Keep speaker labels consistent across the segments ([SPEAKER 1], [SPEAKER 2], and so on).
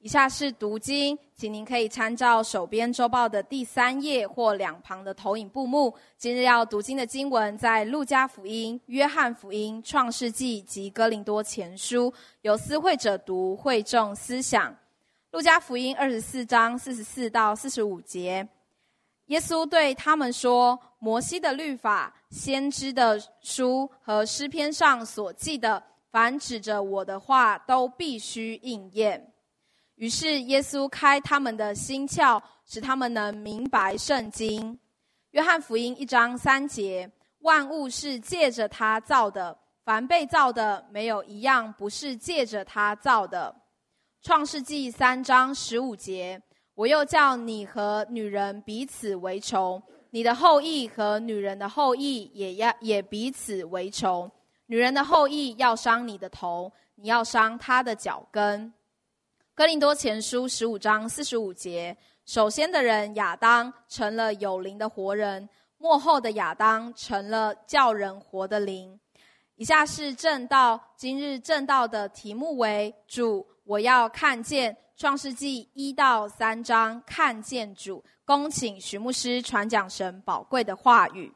[SPEAKER 1] 以下是读经，请您可以参照手边周报的第3页或两旁的投影布幕。今日要读经的经文在路加福音、约翰福音、创世纪及哥林多前书，由思会者读，会众思想。路加福音24章44到45节，耶稣对他们说：摩西的律法、先知的书和诗篇上所记的，凡指着我的话，都必须应验。于是耶稣开他们的心窍，使他们能明白圣经。约翰福音1章3节，万物是借着他造的，凡被造的，没有一样不是借着他造的。创世纪3章15节，我又叫你和女人彼此为仇，你的后裔和女人的后裔也彼此为仇，女人的后裔要伤你的头，你要伤她的脚跟。哥林多前书15章45节，首先的人亚当成了有灵的活人，末后的亚当成了叫人活的灵。以下是正道，今日正道的题目为主，我要看见。创世纪1到3章，看见主。恭请许牧师传讲神宝贵的话语。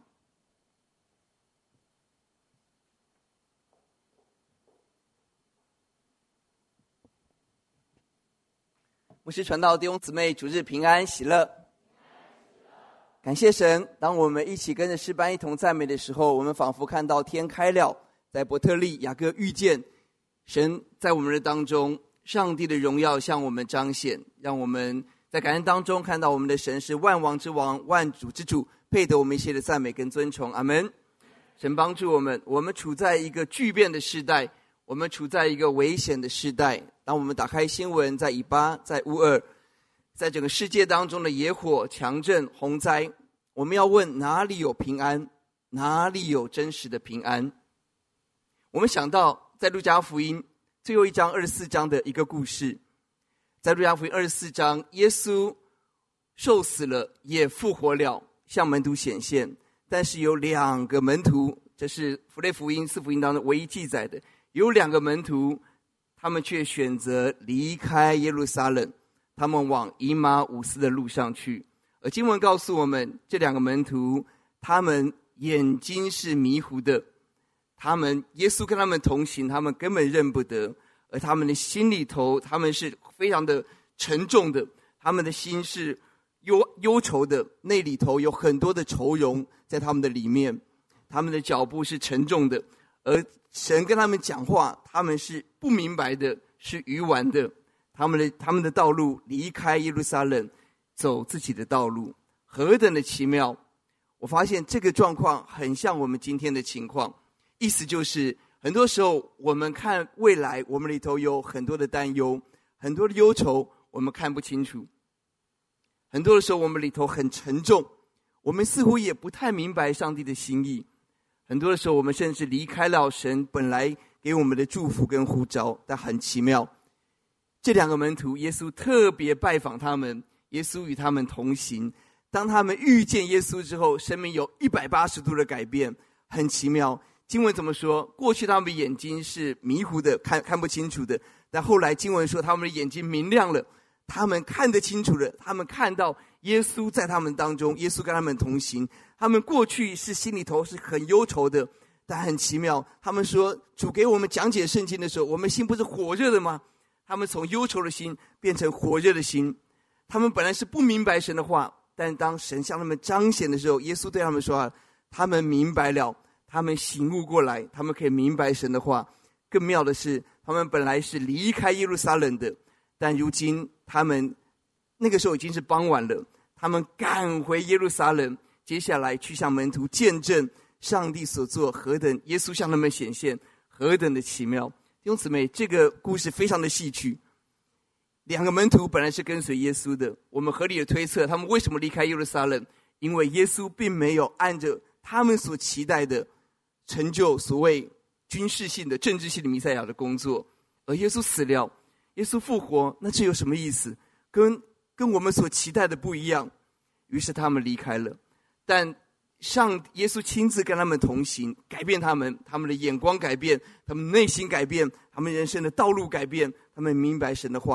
[SPEAKER 2] 牧师传道弟兄姊妹，主日平安喜乐。感谢神，当我们一起跟着诗班一同赞美的时候，我们仿佛看到天开了，在伯特利雅各遇见神在我们的当中，上帝的荣耀向我们彰显，让我们在感恩当中看到我们的神是万王之王，万主之主，配得我们一切的赞美跟尊崇。阿们。神帮助我们，我们处在一个巨变的时代，我们处在一个危险的时代。当我们打开新闻，在以巴，在乌俄，在整个世界当中的野火、强震、洪灾，我们要问哪里有平安，哪里有真实的平安。我们想到在路加福音最后一章24章的一个故事，在路加福音24章，耶稣受死了也复活了，向门徒显现，但是有2个门徒，这是符类福音4福音当中唯一记载的，有2个门徒，他们却选择离开耶路撒冷，他们往以马忤斯的路上去。而经文告诉我们，这2个门徒他们眼睛是迷糊的，耶稣跟他们同行，他们根本认不得，而他们的心里头，他们是非常的沉重的，他们的心是忧愁的，那里头有很多的愁容在他们的里面，他们的脚步是沉重的，而神跟他们讲话，他们是不明白的，是愚顽的，他们的道路离开耶路撒冷，走自己的道路，何等的奇妙。我发现这个状况很像我们今天的情况，意思就是很多时候我们看未来，我们里头有很多的担忧，很多的忧愁，我们看不清楚。很多的时候我们里头很沉重，我们似乎也不太明白上帝的心意。很多的时候我们甚至离开了神本来给我们的祝福跟呼召。但很奇妙，这2个门徒耶稣特别拜访他们，耶稣与他们同行，当他们遇见耶稣之后，生命有180度的改变，很奇妙。经文怎么说？过去他们的眼睛是迷糊的，看不清楚的，但后来经文说他们的眼睛明亮了，他们看得清楚了，他们看到耶稣在他们当中，耶稣跟他们同行。他们过去是心里头是很忧愁的，但很奇妙，他们说主给我们讲解圣经的时候，我们心不是火热的吗？他们从忧愁的心变成火热的心。他们本来是不明白神的话，但当神向他们彰显的时候，耶稣对他们说，他们明白了，他们醒悟过来，他们可以明白神的话。更妙的是，他们本来是离开耶路撒冷的，但如今他们那个时候已经是傍晚了，他们赶回耶路撒冷，接下来去向门徒见证上帝所做何等，耶稣向他们显现何等的奇妙。弟兄姊妹，这个故事非常的戏剧。2个门徒本来是跟随耶稣的，我们合理的推测，他们为什么离开耶路撒冷？因为耶稣并没有按着他们所期待的成就所谓军事性的政治性的弥赛亚的工作，而耶稣死了，耶稣复活，那这有什么意思？跟我们所期待的不一样。于是他们离开了，但耶稣亲自跟他们同行，改变他们的眼光改变，他们内心改变，他们人生的道路改变，他们明白神的话。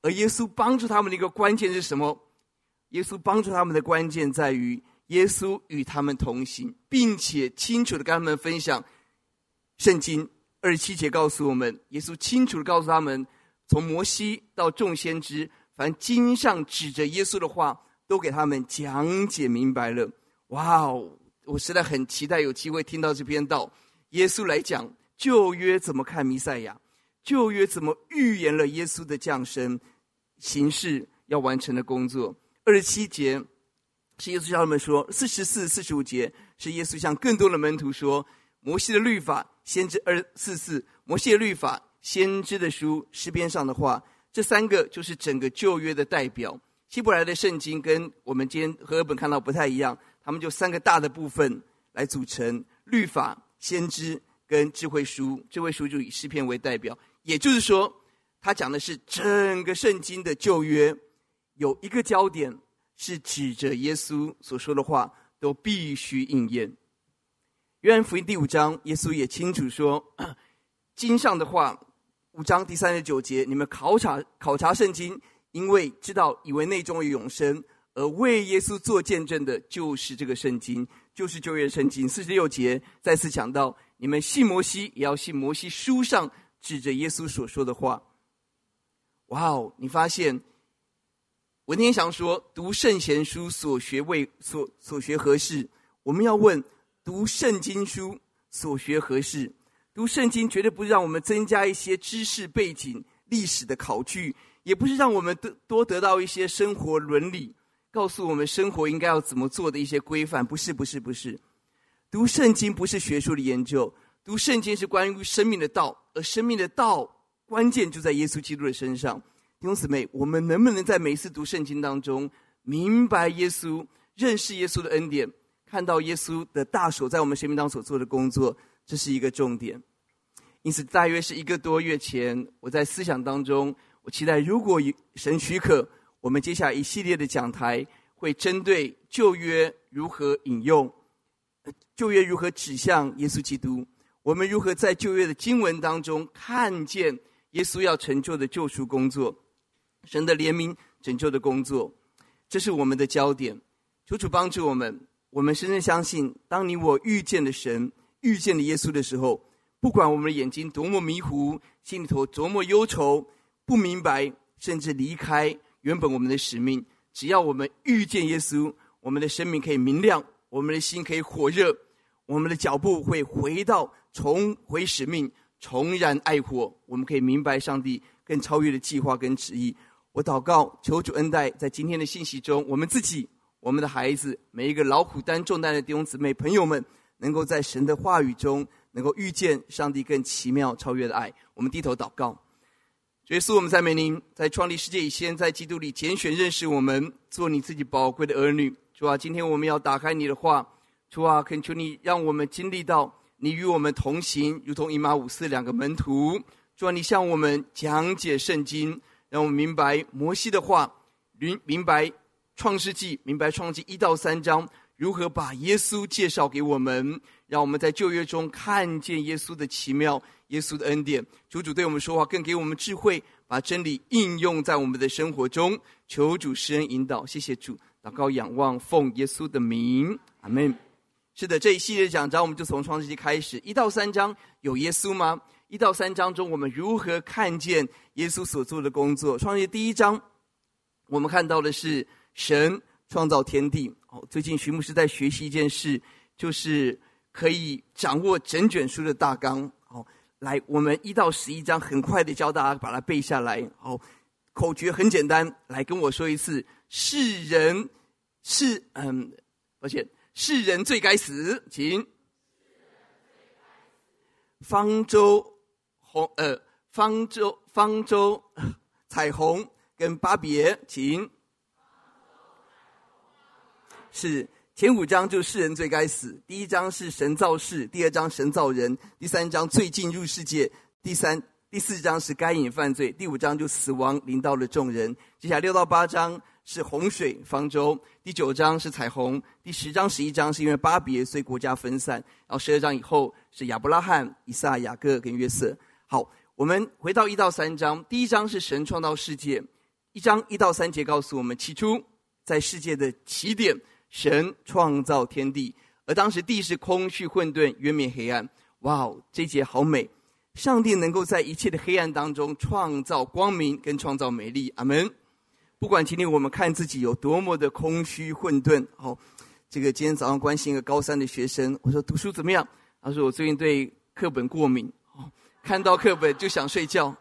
[SPEAKER 2] 而耶稣帮助他们的一个关键是什么？耶稣帮助他们的关键在于耶稣与他们同行，并且清楚地跟他们分享圣经。27节告诉我们，耶稣清楚地告诉他们，从摩西到众先知，凡经上指着耶稣的话都给他们讲解明白了。哇哦，我实在很期待有机会听到这篇道，耶稣来讲旧约怎么看弥赛亚，旧约怎么预言了耶稣的降生，行事要完成的工作。27节是耶稣向他们说，44、45节是耶稣向更多的门徒说，摩西的律法、先知244，摩西的律法、先知的书、诗篇上的话，这三个就是整个旧约的代表。希伯来的圣经跟我们今天和合本看到不太一样，他们就三个大的部分来组成：律法、先知跟智慧书。智慧书就以诗篇为代表，也就是说，他讲的是整个圣经的旧约有一个焦点，是指着耶稣所说的话都必须应验。约翰福音第5章，耶稣也清楚说，经上的话，5章第39节，你们考察圣经，因为知道以为内中有永生，而为耶稣做见证的就是这个圣经，就是旧约圣经。46节再次讲到，你们信摩西，也要信摩西书上指着耶稣所说的话。哇哦，你发现文天祥说，读圣贤书所学何事？我们要问，读圣经书所学何事？读圣经绝对不是让我们增加一些知识背景、历史的考据，也不是让我们多得到一些生活伦理，告诉我们生活应该要怎么做的一些规范。不是。读圣经不是学术的研究，读圣经是关于生命的道，而生命的道关键就在耶稣基督的身上。弟兄姊妹，我们能不能在每一次读圣经当中明白耶稣，认识耶稣的恩典，看到耶稣的大手在我们生命当中所做的工作，这是一个重点。因此大约是1个多月前，我在思想当中，我期待如果神许可，我们接下来一系列的讲台会针对旧约如何引用，旧约如何指向耶稣基督，我们如何在旧约的经文当中看见耶稣要成就的救赎工作，神的怜悯拯救的工作，这是我们的焦点。求主帮助我们，我们深深相信，当你我遇见了神，遇见了耶稣的时候，不管我们的眼睛多么迷糊，心里头多么忧愁，不明白，甚至离开原本我们的使命，只要我们遇见耶稣，我们的生命可以明亮，我们的心可以火热，我们的脚步会重回使命，重燃爱火，我们可以明白上帝更超越的计划跟旨意。我祷告，求主恩待在今天的信息中，我们自己、我们的孩子，每一个劳苦担重担的弟兄姊妹朋友们，能够在神的话语中能够遇见上帝更奇妙超越的爱。我们低头祷告。主耶稣，我们赞美您，在创立世界以前，在基督里拣选认识我们，做你自己宝贵的儿女。主啊，今天我们要打开你的话，主啊，恳求你让我们经历到你与我们同行，如同以马五斯2个门徒。主啊，你向我们讲解圣经，让我们明白摩西的话，明白创世纪，明白创世纪1到3章如何把耶稣介绍给我们，让我们在旧约中看见耶稣的奇妙，耶稣的恩典。求主对我们说话，更给我们智慧，把真理应用在我们的生活中。求主施恩引导，谢谢主。祷告仰望，奉耶稣的名，阿们。是的，这一系列讲章我们就从创世纪开始，1到3章有耶稣吗？1到3章中我们如何看见耶稣所做的工作？创世纪第1章我们看到的是神创造天地。最近徐牧师在学习一件事，就是可以掌握整卷书的大纲。来，我们1到11章很快的教大家把它背下来。口诀很简单，来跟我说一次：世人最该死，请。方舟、彩虹跟巴别，请。是前5章就世人最该死，第1章是神造世，第2章神造人，第3章罪进入世界，第4章是该隐犯罪，第5章就死亡临到了众人。接下来6到8章是洪水方舟，第9章是彩虹，第10章11章是因为巴别所以国家分散，然后12章以后是亚伯拉罕、以撒、雅各跟约瑟。好，我们回到1到3章，第1章是神创造世界， 1章1到3节告诉我们，起初在世界的起点，神创造天地，而当时地是空虚混沌，渊面黑暗。哇哦，这一节好美！上帝能够在一切的黑暗当中创造光明跟创造美丽。阿们。不管今天我们看自己有多么的空虚混沌，这个今天早上关心一个高3的学生，我说读书怎么样？他说我最近对课本过敏，看到课本就想睡觉。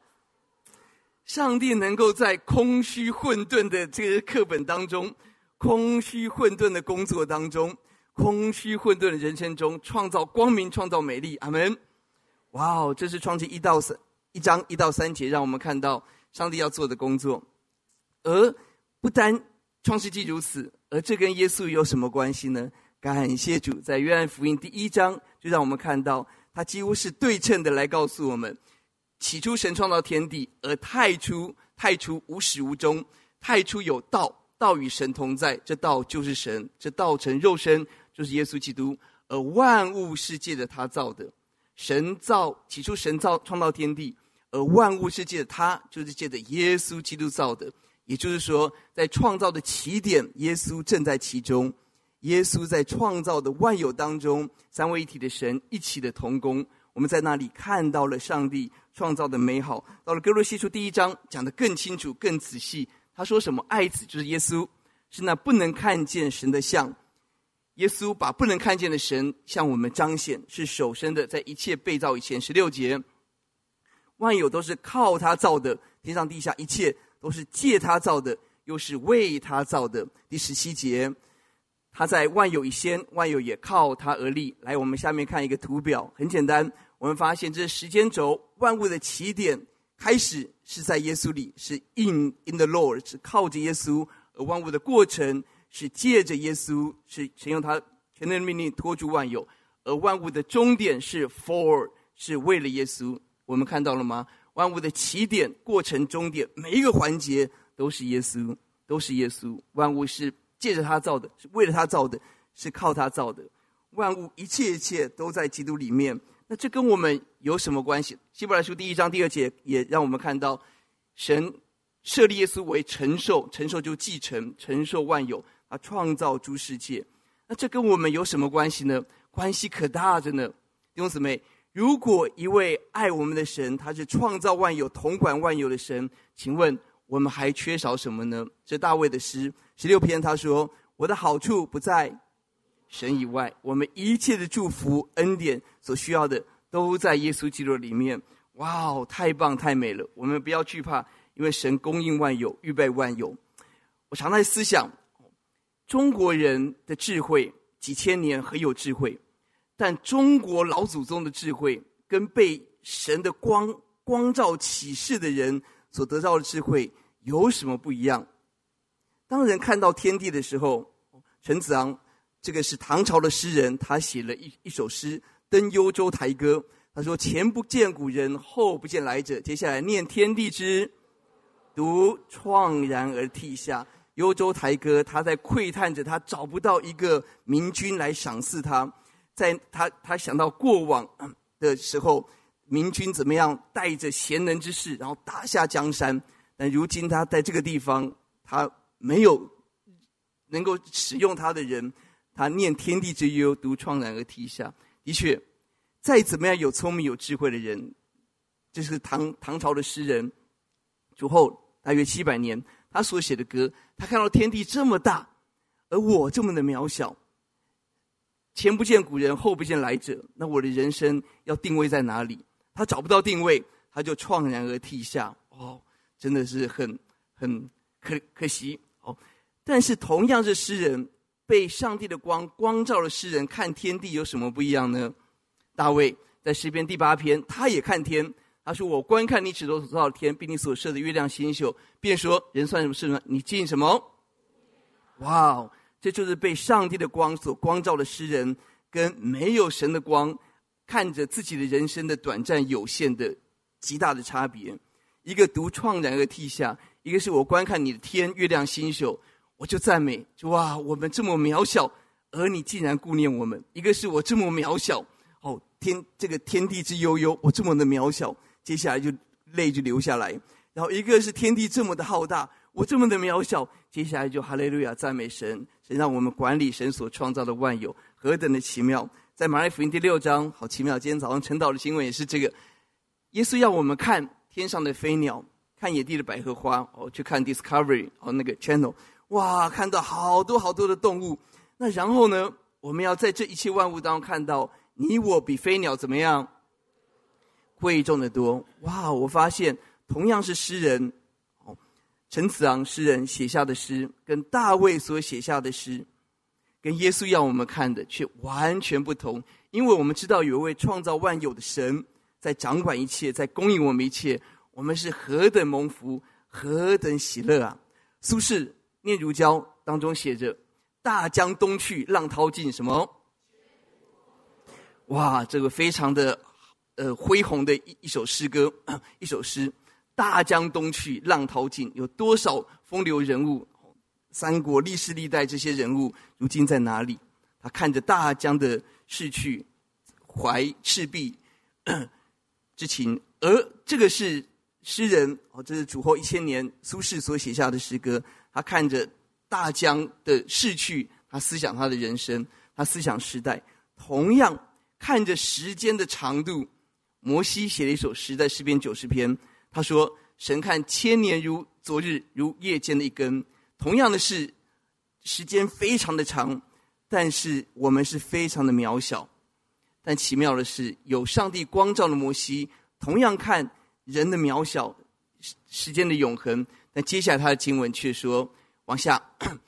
[SPEAKER 2] 上帝能够在空虚混沌的这个课本当中，空虚混沌的工作当中，空虚混沌的人生中创造光明，创造美丽。阿们。哇哦，这是创世1章1到3节让我们看到上帝要做的工作。而不单创世纪如此，而这跟耶稣有什么关系呢？感谢主，在约翰福音第1章就让我们看到他几乎是对称的来告诉我们，起初神创造天地，而太初无始无终，太初有道，道与神同在，这道就是神，这道成肉身就是耶稣基督，而万物是借着他造的。起初神创造天地，而万物是借着他，就是借着耶稣基督造的。也就是说，在创造的起点，耶稣正在其中。耶稣在创造的万有当中，三位一体的神一起的同工，我们在那里看到了上帝创造的美好。到了哥罗西书第1章讲得更清楚更仔细，他说什么？爱子就是耶稣，是那不能看见神的像。耶稣把不能看见的神向我们彰显，是首生的，在一切被造以前。16节，万有都是靠他造的，天上地下一切都是借他造的，又是为他造的。第17节，他在万有以先，万有也靠他而立。来，我们下面看一个图表，很简单，我们发现这是时间轴，万物的起点开始是在耶稣里，是 in the Lord， 是靠着耶稣，而万物的过程是借着耶稣，是神用他全能的命令托住万有，而万物的终点是 for， 是为了耶稣。我们看到了吗？万物的起点、过程、终点，每一个环节都是耶稣，都是耶稣。万物是借着他造的，是为了他造的，是靠他造的。万物一切都在基督里面。那这跟我们有什么关系？希伯来书第1章第2节也让我们看到，神设立耶稣为承受，承受就继承，承受万有，他创造诸世界。那这跟我们有什么关系呢？关系可大着呢。弟兄姊妹，如果一位爱我们的神，他是创造万有、统管万有的神，请问我们还缺少什么呢？这大卫的诗16篇他说，我的好处不在神以外，我们一切的祝福恩典所需要的都在耶稣基督里面。哇哦，太棒太美了！我们不要惧怕，因为神供应万有，预备万有。我常在思想，中国人的智慧几千年很有智慧，但中国老祖宗的智慧跟被神的光照启示的人所得到的智慧有什么不一样？当人看到天地的时候，陈子昂这个是唐朝的诗人，他写了一首诗《登幽州台歌》。他说，前不见古人，后不见来者，接下来念天地之独，怆然而涕下。幽州台歌，他在喟叹着他找不到一个明君来赏赐他，在他想到过往的时候，明君怎么样带着贤能之士然后打下江山，但如今他在这个地方，他没有能够使用他的人，他念天地之忧，独怆然而涕下。的确，再怎么样有聪明有智慧的人，这是唐朝的诗人主后大约700年他所写的歌，他看到天地这么大，而我这么的渺小，前不见古人，后不见来者，那我的人生要定位在哪里？他找不到定位，他就怆然而涕下。真的是很可惜。但是同样是诗人，被上帝的光照的诗人，看天地有什么不一样呢？大卫在诗篇第8篇，他也看天，他说，我观看你指头所造的天，并你所设的月亮星宿，便说，人算什么事呢？你尽什么？哇，这就是被上帝的光所光照的诗人，跟没有神的光看着自己的人生的短暂有限的极大的差别。一个独怆然而涕下，一个是我观看你的天月亮星宿，我就赞美，哇，我们这么渺小，而你竟然顾念我们。一个是我这么渺小，这个天地之悠悠，我这么的渺小，接下来就泪就流下来。 然后一个是天地这么的浩大，我这么的渺小，接下来就哈利路亚赞美神，神让我们管理神所创造的万有，何等的奇妙。在马太福音第6章，好奇妙，今天早上晨祷的经文也是这个，耶稣要我们看天上的飞鸟，看野地的百合花，去看 Discovery 那个 Channel， 哇，看到好多好多的动物。那然后呢，我们要在这一切万物当中看到你我比飞鸟怎么样贵重的多。哇，我发现同样是诗人陈子昂诗人写下的诗，跟大卫所写下的诗，跟耶稣要我们看的却完全不同。因为我们知道有一位创造万有的神在掌管一切，在供应我们一切，我们是何等蒙福，何等喜乐啊。苏轼念如胶当中写着，大江东去，浪淘尽什么？哇，这个非常的恢宏的一首诗歌，一首诗。大江东去，浪淘尽，有多少风流人物，三国历世历代这些人物如今在哪里？他看着大江的逝去，怀赤壁之情。而这个是诗人这是主后1000年苏轼所写下的诗歌。他看着大江的逝去，他思想他的人生，他思想时代。同样看着时间的长度，摩西写了一首诗，在诗篇90篇，他说，神看千年如昨日，如夜间的一更。同样的是时间非常的长，但是我们是非常的渺小。但奇妙的是，有上帝光照的摩西同样看人的渺小，时间的永恒。但接下来他的经文却说，往下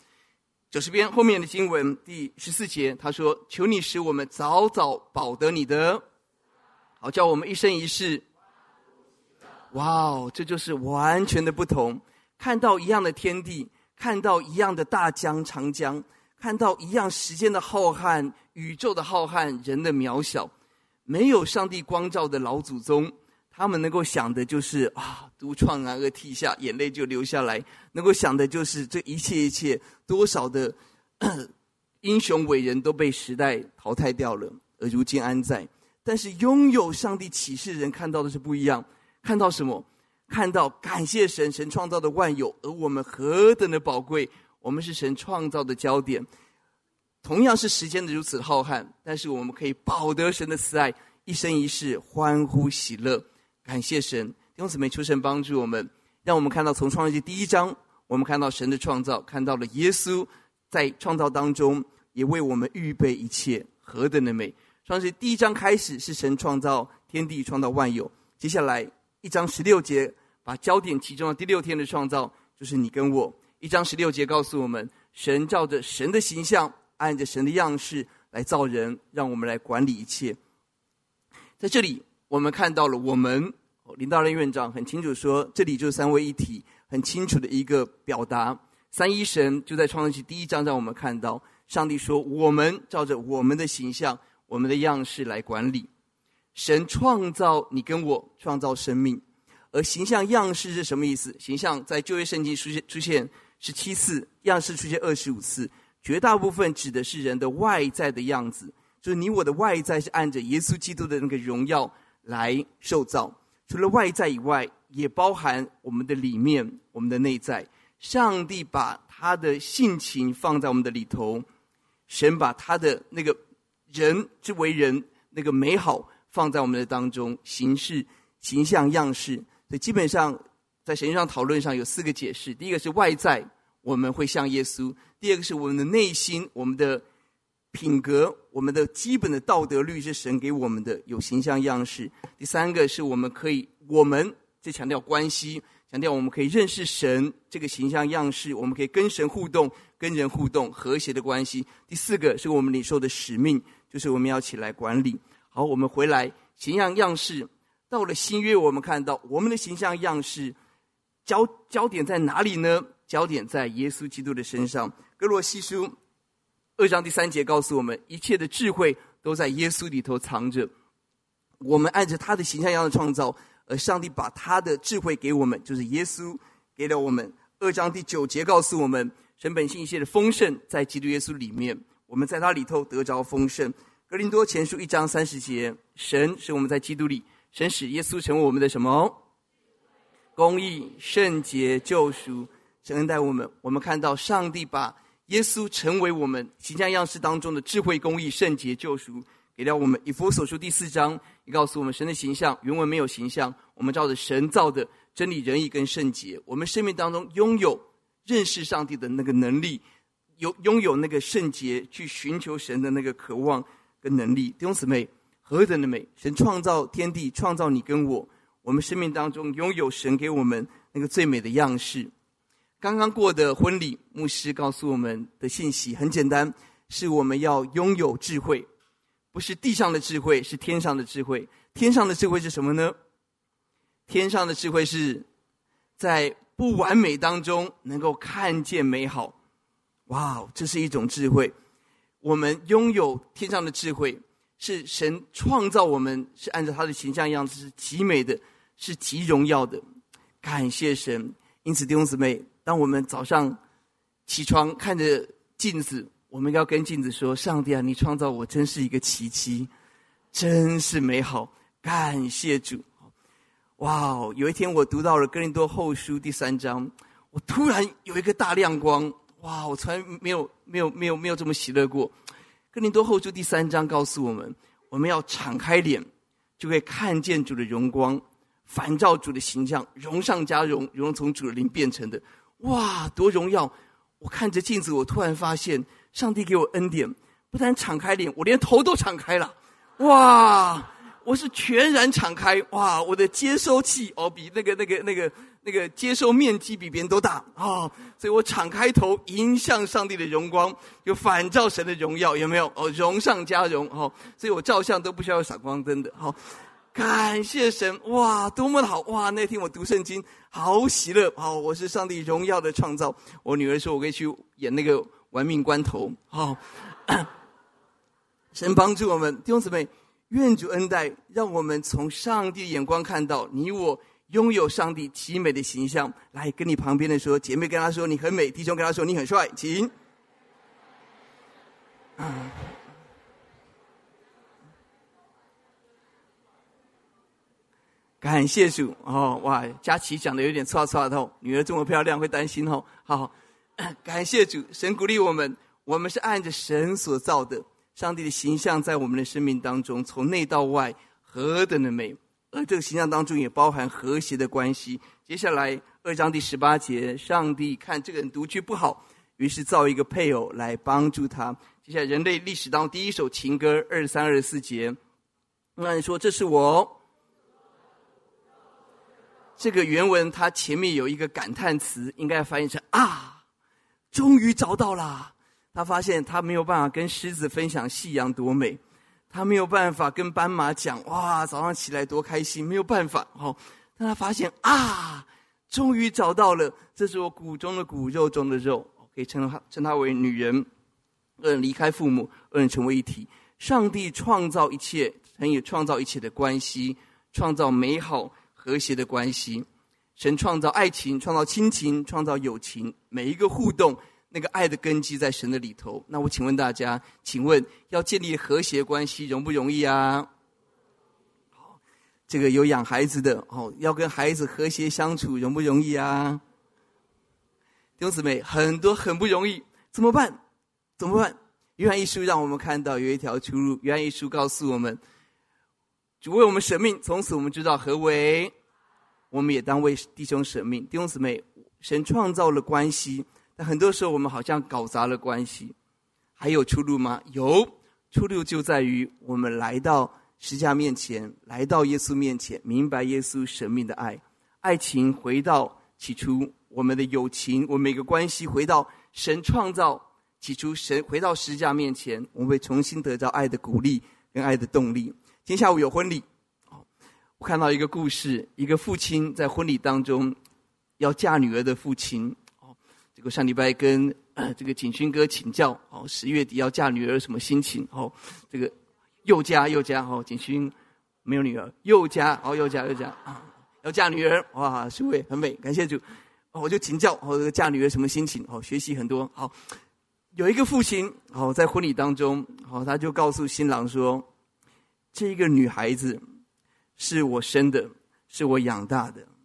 [SPEAKER 2] 90篇后面的经文第14节，他说，求你使我们早早保得你的好，叫我们一生一世。哇哦，这就是完全的不同。看到一样的天地，看到一样的大江长江，看到一样时间的浩瀚，宇宙的浩瀚，人的渺小。没有上帝光照的老祖宗，他们能够想的就是独怆然而涕下，眼泪就流下来，能够想的就是这一切多少的英雄伟人都被时代淘汰掉了，而如今安在。但是拥有上帝启示人看到的是不一样。看到什么？看到感谢神，神创造的万有，而我们何等的宝贵，我们是神创造的焦点。同样是时间的如此浩瀚，但是我们可以保得神的慈爱，一生一世欢呼喜乐。感谢神，弟兄姊妹，求神帮助我们，让我们看到从创世纪第1章，我们看到神的创造，看到了耶稣在创造当中也为我们预备一切，何等的美。创世纪第1章开始是神创造天地，创造万有。接下来1章16节把焦点集中到第6天的创造，就是你跟我。1章16节告诉我们，神照着神的形象，按着神的样式来造人，让我们来管理一切。在这里我们看到了我们林道任院长很清楚说，这里就是三位一体，很清楚的一个表达。三一神就在创世纪第1章让我们看到，上帝说我们照着我们的形象，我们的样式来管理。神创造你跟我，创造生命。而形象样式是什么意思？形象在旧约圣经出现17次，样式出现25次，绝大部分指的是人的外在的样子，就是你我的外在是按着耶稣基督的那个荣耀来受造。除了外在以外，也包含我们的里面，我们的内在。上帝把他的性情放在我们的里头，神把他的那个人之为人那个美好放在我们的当中，形式、形象、样式。所以基本上在神学上讨论上有4个解释。第一个是外在，我们会像耶稣；第二个是我们的内心，我们的品格，我们的基本的道德律是神给我们的，有形象样式。第三个是我们可以，我们这强调关系，强调我们可以认识神这个形象样式，我们可以跟神互动，跟人互动，和谐的关系。第4个是我们领受的使命，就是我们要起来管理。好，我们回来形象样式。到了新约，我们看到我们的形象样式焦点在哪里呢？焦点在耶稣基督的身上。哥罗西书2章第3节告诉我们，一切的智慧都在耶稣里头藏着。我们按着他的形象一样的创造，而上帝把他的智慧给我们，就是耶稣给了我们。2章第9节告诉我们，神本性一切的丰盛在基督耶稣里面，我们在他里头得着丰盛。哥林多前书1章30节，神使我们在基督里，神使耶稣成为我们的什么？ 公义、圣洁、救赎。神恩待我们，我们看到上帝把耶稣成为我们形象样式当中的智慧、公义、圣洁、救赎，给了我们。以弗所书第4章也告诉我们，神的形象原文没有形象，我们照着神造的真理、仁义跟圣洁，我们生命当中拥有认识上帝的那个能力，拥有那个圣洁去寻求神的那个渴望跟能力。弟兄姊妹，何等的美！神创造天地，创造你跟我，我们生命当中拥有神给我们那个最美的样式。刚刚过的婚礼，牧师告诉我们的信息很简单，是我们要拥有智慧，不是地上的智慧，是天上的智慧。天上的智慧是什么呢？天上的智慧是在不完美当中能够看见美好。哇，这是一种智慧。我们拥有天上的智慧，是神创造我们，是按照他的形象样子，是极美的，是极荣耀的。感谢神。因此弟兄姊妹，当我们早上起床看着镜子，我们要跟镜子说，上帝啊，你创造我真是一个奇迹，真是美好，感谢主。哇，有一天我读到了哥林多后书第3章，我突然有一个大亮光。哇，我从来没有这么喜乐过。哥林多后书第3章告诉我们，我们要敞开脸，就会看见主的荣光，反照主的形象，荣上加荣，荣从主的灵变成的。哇，多荣耀！我看着镜子，我突然发现上帝给我恩典，不但敞开脸，我连头都敞开了。哇，我是全然敞开。哇，我的接收器比那个接收面积比别人都大所以我敞开头迎向上帝的荣光，就反照神的荣耀，有没有？荣上加荣所以我照相都不需要闪光灯的感谢神。哇，多么的好！哇，那天我读圣经好喜乐。我是上帝荣耀的创造。我女儿说我可以去演那个玩命关头神帮助我们。弟兄姊妹，愿主恩待，让我们从上帝的眼光看到你我拥有上帝极美的形象。来，跟你旁边的说，姐妹跟他说你很美，弟兄跟他说你很帅，请感谢主哇，佳琪讲的有点错的女儿这么漂亮会担心好，感谢主，神鼓励我们，我们是按着神所造的，上帝的形象在我们的生命当中，从内到外何等的美，而这个形象当中也包含和谐的关系。接下来2章第18节，上帝看这个人独居不好，于是造一个配偶来帮助他。接下来人类历史当中第一首情歌23、24节，那你说这是我。这个原文它前面有一个感叹词，应该翻译成终于找到了。他发现他没有办法跟狮子分享夕阳多美，他没有办法跟斑马讲哇早上起来多开心，没有办法但他发现终于找到了，这是我骨中的骨，肉中的肉，可以称他为女人。二人离开父母，二人成为一体。上帝创造一切，神也创造一切的关系，创造美好和谐的关系。神创造爱情，创造亲情，创造友情，每一个互动那个爱的根基在神的里头。那我请问大家，请问要建立和谐关系容不容易啊？这个有养孩子的要跟孩子和谐相处容不容易啊？弟兄姊妹，很不容易，怎么办？约翰一书让我们看到有一条出路。约翰一书告诉我们，主为我们舍命，从此我们知道何为，我们也当为弟兄舍命。弟兄姊妹，神创造了关系，但很多时候我们好像搞砸了关系。还有出路吗？有，出路就在于我们来到十架面前，来到耶稣面前，明白耶稣舍命的爱，爱情回到起初，我们的友情，我们每个关系回到神创造起初，神回到十架面前，我们会重新得到爱的鼓励跟爱的动力。今天下午有婚礼，我看到一个故事，一个父亲在婚礼当中要嫁女儿的父亲，这个上礼拜跟这个景勋哥请教，10月底要嫁女儿什么心情？这个又嫁景勋没有女儿，又嫁要嫁女儿，哇，是位很美，感谢主。我就请教嫁女儿什么心情？学习很多。有一个父亲在婚礼当中他就告诉新郎说，这个女孩子是我生的，是我养大的，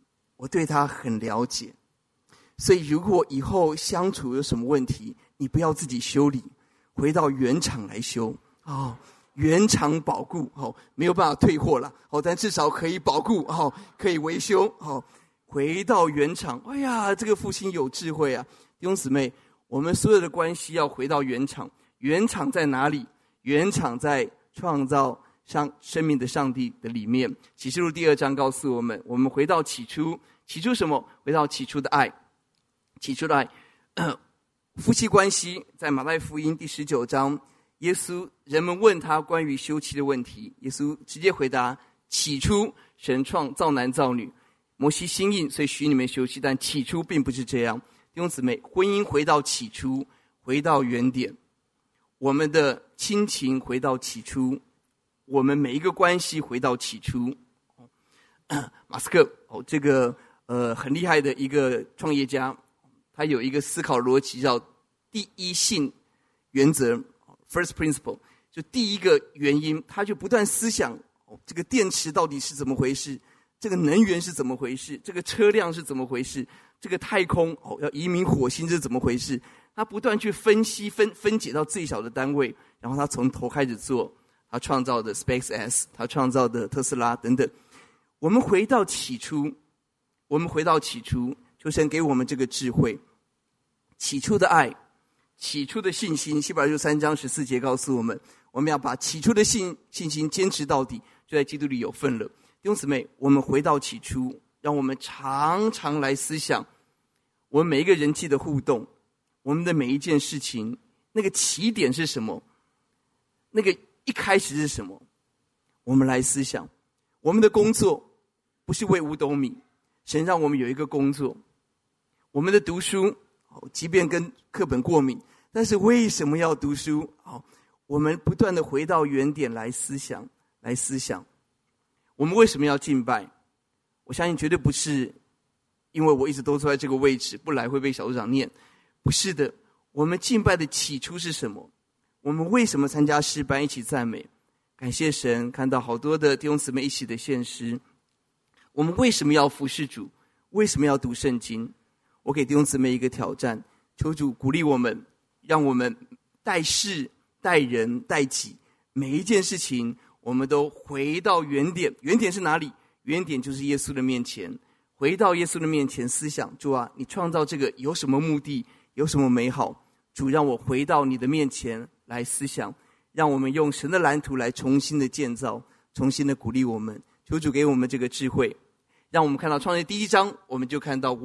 [SPEAKER 2] 我对他很了解。所以如果以后相处有什么问题，你不要自己修理，回到原厂来修原厂保固没有办法退货了但至少可以保固可以维修回到原厂。哎呀，这个父亲有智慧啊！弟兄姊妹，我们所有的关系要回到原厂。原厂在哪里？原厂在创造生命的上帝的里面。启示录第2章告诉我们，我们回到起初。起初什么？回到起初的爱。起初的爱。夫妻关系在马太福音第19章，耶稣人们问他关于休妻的问题，耶稣直接回答：起初神创造男造女，摩西心硬，所以许你们休妻，但起初并不是这样。弟兄姊妹，婚姻回到起初，回到原点，我们的亲情回到起初，我们每一个关系回到起初。马斯克这个很厉害的一个创业家，他有一个思考逻辑叫第一性原则 （First Principle）， 就第一个原因，他就不断思想这个电池到底是怎么回事，这个能源是怎么回事，这个车辆是怎么回事，这个太空要移民火星是怎么回事。他不断去分析分解到最小的单位，然后他从头开始做，他创造的 SpaceX， 他创造的特斯拉等等。我们回到起初，求神给我们这个智慧。起初的爱，起初的信心，希伯来书3章14节告诉我们，我们要把起初的信心坚持到底，就在基督里有份了。弟兄姊妹，我们回到起初，让我们常常来思想我们每一个人际的互动，我们的每一件事情，那个起点是什么，那个一开始是什么。我们来思想我们的工作不是为五斗米，神让我们有一个工作。我们的读书即便跟课本过敏，但是为什么要读书？我们不断的回到原点来思想。我们为什么要敬拜？我相信绝对不是因为我一直都坐在这个位置，不来会被小组长念。不是的，我们敬拜的起初是什么？我们为什么参加诗班一起赞美？感谢神，看到好多的弟兄姊妹一起的献诗。我们为什么要服侍主？为什么要读圣经？我给弟兄姊妹一个挑战，求主鼓励我们，让我们待事、待人、待己，每一件事情我们都回到原点。原点是哪里？原点就是耶稣的面前。回到耶稣的面前思想，主啊，你创造这个有什么目的？有什么美好？主，让我回到你的面前来思想，让我们用神的蓝图来重新的建造，重新的鼓励我们。求主给我们这个智慧，让我们看到创世第1章，我们就看到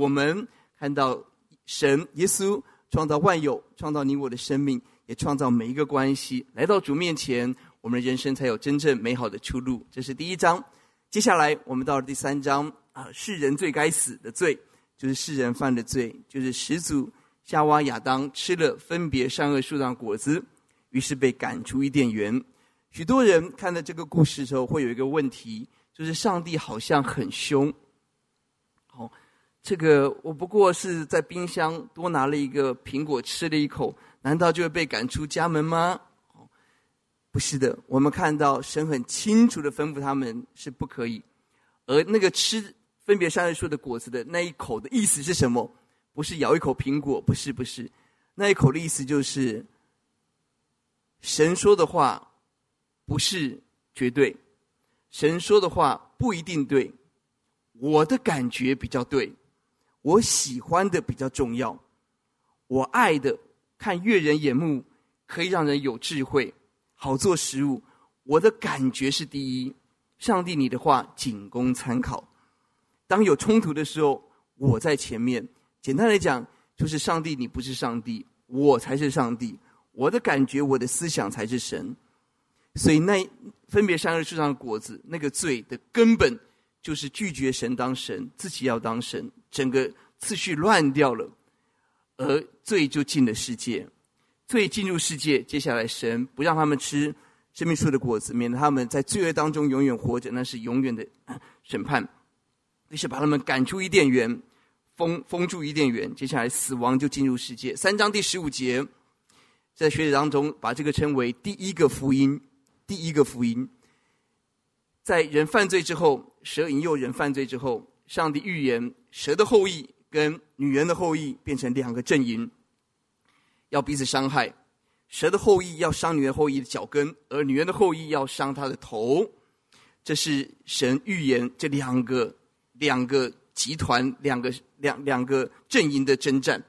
[SPEAKER 2] 神耶稣创造万有，创造你我的生命，也创造每一个关系。来到主面前，我们的人生才有真正美好的出路。这是第1章。接下来我们到了第3章世人最该死的罪，就是世人犯的罪，就是始祖夏娃亚当吃了分别善恶树上的果子，于是被赶出伊甸园。许多人看到这个故事的时候会有一个问题，就是上帝好像很凶。这个我不过是在冰箱多拿了一个苹果吃了一口，难道就会被赶出家门吗？不是的，我们看到神很清楚地吩咐他们是不可以。而那个吃分别善恶树的果子的那一口的意思是什么？不是咬一口苹果，不是，那一口的意思就是神说的话不是绝对，神说的话不一定对，我的感觉比较对，我喜欢的比较重要，我爱的看悦人眼目，可以让人有智慧，好做食物，我的感觉是第一。上帝你的话仅供参考。当有冲突的时候，我在前面。简单来讲，就是上帝你不是上帝，我才是上帝，我的感觉我的思想才是神。所以那分别善恶树上的果子，那个罪的根本就是拒绝神当神，自己要当神，整个次序乱掉了，而罪就进了世界。罪进入世界，接下来神不让他们吃生命树的果子，免得他们在罪恶当中永远活着，那是永远的审判。于是把他们赶出伊甸园，封住伊甸园，接下来死亡就进入世界。3章第15节，在学者当中把这个称为第一个福音。在人犯罪之后，蛇引诱人犯罪之后，上帝预言蛇的后裔跟女人的后裔变成两个阵营，要彼此伤害。蛇的后裔要伤女人后裔的脚跟，而女人的后裔要伤她的头。这是神预言这两个集团、两个阵营的征战，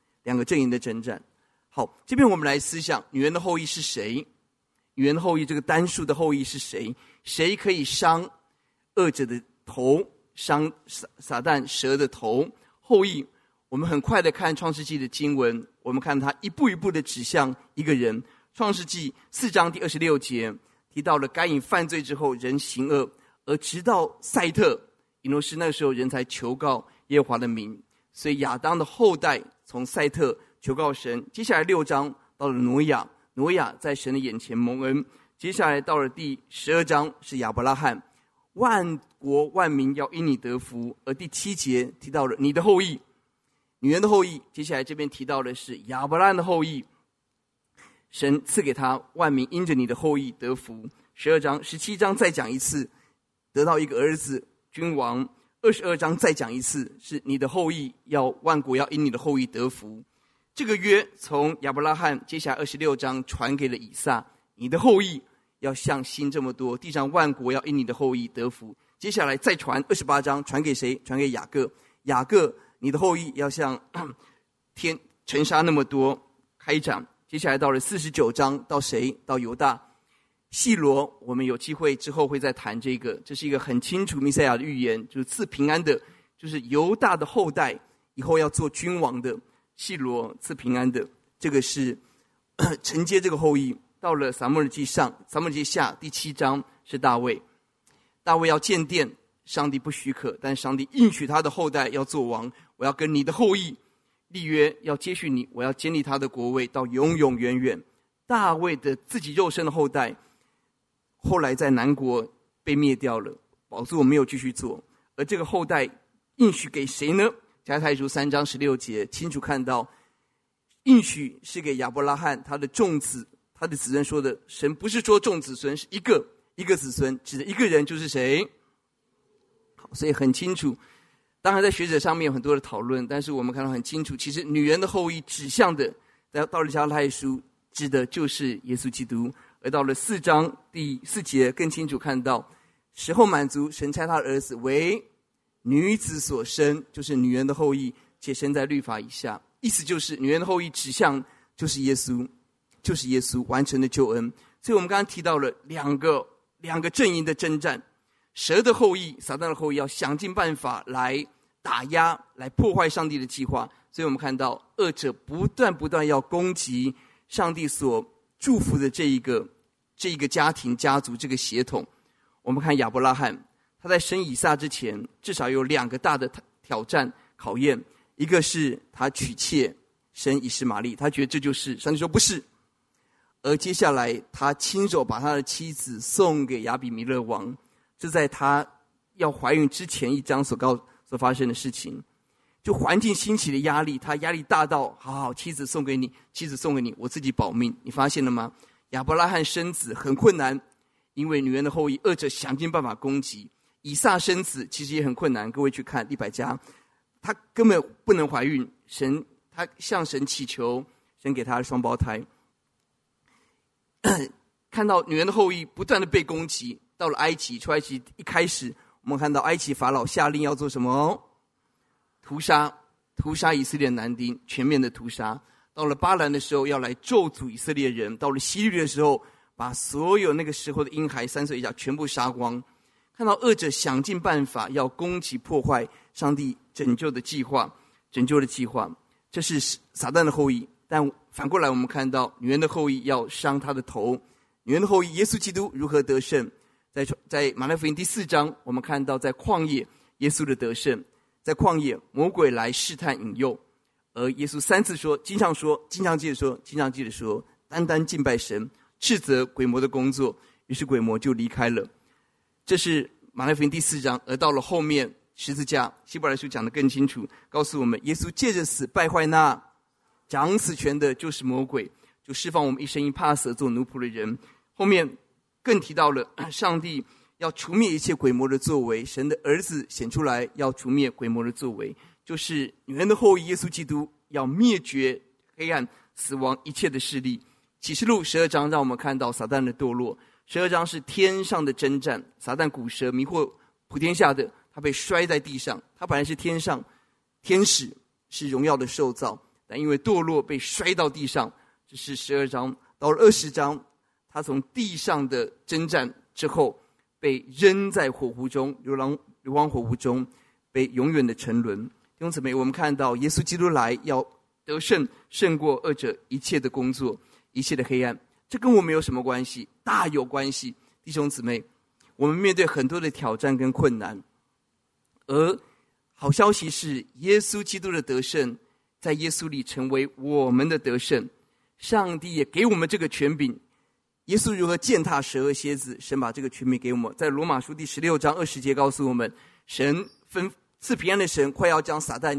[SPEAKER 2] 好，这边我们来思想女人的后裔是谁？女人的后裔这个单数的后裔是谁？谁可以伤恶者的头，伤撒旦蛇的头？后裔，我们很快的看创世纪的经文，我们看它一步一步的指向一个人。创世纪4章第26节提到了该隐犯罪之后人行恶，而直到赛特，以诺是那个时候人才求告耶和华的名。所以亚当的后代从赛特求告神。接下来6章到了挪亚，挪亚在神的眼前蒙恩。接下来到了第12章是亚伯拉罕，万国万民要因你得福。而第7节提到了你的后裔，女人的后裔。接下来这边提到的是亚伯拉罕的后裔，神赐给他万民因着你的后裔得福。12章17章再讲一次，得到一个儿子君王。22章再讲一次，是你的后裔要万国要因你的后裔得福。这个约从亚伯拉罕接下来26章传给了以撒，你的后裔要像星这么多，地上万国要因你的后裔得福。接下来再传28章，传给谁？传给雅各。雅各，你的后裔要像天尘沙那么多，开展。接下来到了49章，到谁？到犹大。细罗，我们有机会之后会再谈这个，这是一个很清楚弥赛亚的预言，就是赐平安的，就是犹大的后代以后要做君王的。细罗赐平安的，这个是承接这个后裔。到了撒母耳记下第7章是大卫，大卫要建殿，上帝不许可，但上帝应许他的后代要做王。我要跟你的后裔立约，要接续你，我要建立他的国位到永永远远。大卫的自己肉身的后代后来在南国被灭掉了，宝座没有继续做，而这个后代应许给谁呢？加拉太书3章16节清楚看到，应许是给亚伯拉罕他的众子，他的子孙说的。神不是说众子孙，是一个子孙，指的一个人就是谁。好，所以很清楚。当然在学者上面有很多的讨论，但是我们看到很清楚，其实女人的后裔指向的，到了加拉太书指的就是耶稣基督。而到了4章第4节更清楚看到，时候满足，神差他的儿子为女子所生，就是女人的后裔，且生在律法以下。意思就是女人的后裔指向就是耶稣，就是耶稣完成的救恩。所以我们刚刚提到了两个阵营的征战，蛇的后裔撒旦的后裔要想尽办法来打压，来破坏上帝的计划。所以我们看到恶者不断要攻击上帝所祝福的这一个家庭家族，这个血统。我们看亚伯拉罕，他在生以撒之前至少有2个大的挑战考验。一个是他娶妾生以实玛利，他觉得这就是上帝说不是。而接下来他亲手把他的妻子送给亚比米勒王，这在他要怀孕之前1章所发生的事情。就环境兴起的压力，他压力大到好，妻子送给你，我自己保命。你发现了吗？亚伯拉罕生子很困难，因为女人的后裔恶者想尽办法攻击。以撒生子其实也很困难，各位去看利百加，他根本不能怀孕，他向神祈求，神给他双胞胎。看到女人的后裔不断的被攻击，到了埃及，出埃及一开始，我们看到埃及法老下令要做什么？屠杀以色列男丁，全面的屠杀。到了巴兰的时候要来咒诅以色列人，到了希律的时候把所有那个时候的婴孩3岁以下全部杀光。看到恶者想尽办法要攻击破坏上帝拯救的计划，这是撒旦的后裔。但反过来我们看到女人的后裔要伤他的头。女人的后裔耶稣基督如何得胜？在马太福音第4章我们看到在旷野耶稣的得胜。在旷野魔鬼来试探引诱，而耶稣3次说，经常记得说，单单敬拜神，斥责鬼魔的工作，于是鬼魔就离开了。这是马太福音第4章。而到了后面十字架，希伯来书讲得更清楚，告诉我们耶稣借着死败坏那掌死权的就是魔鬼，就释放我们一生一怕死做奴仆的人。后面更提到了上帝要除灭一切鬼魔的作为，神的儿子显出来要除灭鬼魔的作为，就是女人的后裔耶稣基督要灭绝黑暗死亡一切的势力。启示录12章让我们看到撒旦的堕落，12章是天上的征战，撒旦古蛇迷惑普天下的，他被摔在地上。他本来是天上天使，是荣耀的受造，但因为堕落被摔到地上。这是12章。到了20章，他从地上的征战之后被扔在火湖中，流亡火湖中，被永远的沉沦。弟兄姊妹，我们看到耶稣基督来要得胜，胜过二者一切的工作，一切的黑暗。这跟我们有什么关系？大有关系。弟兄姊妹，我们面对很多的挑战跟困难，而好消息是耶稣基督的得胜在耶稣里成为我们的得胜。上帝也给我们这个权柄。耶稣如何践踏蛇和蝎子，神把这个权柄给我们。在罗马书第16章20节告诉我们，神赐平安的神快要将撒旦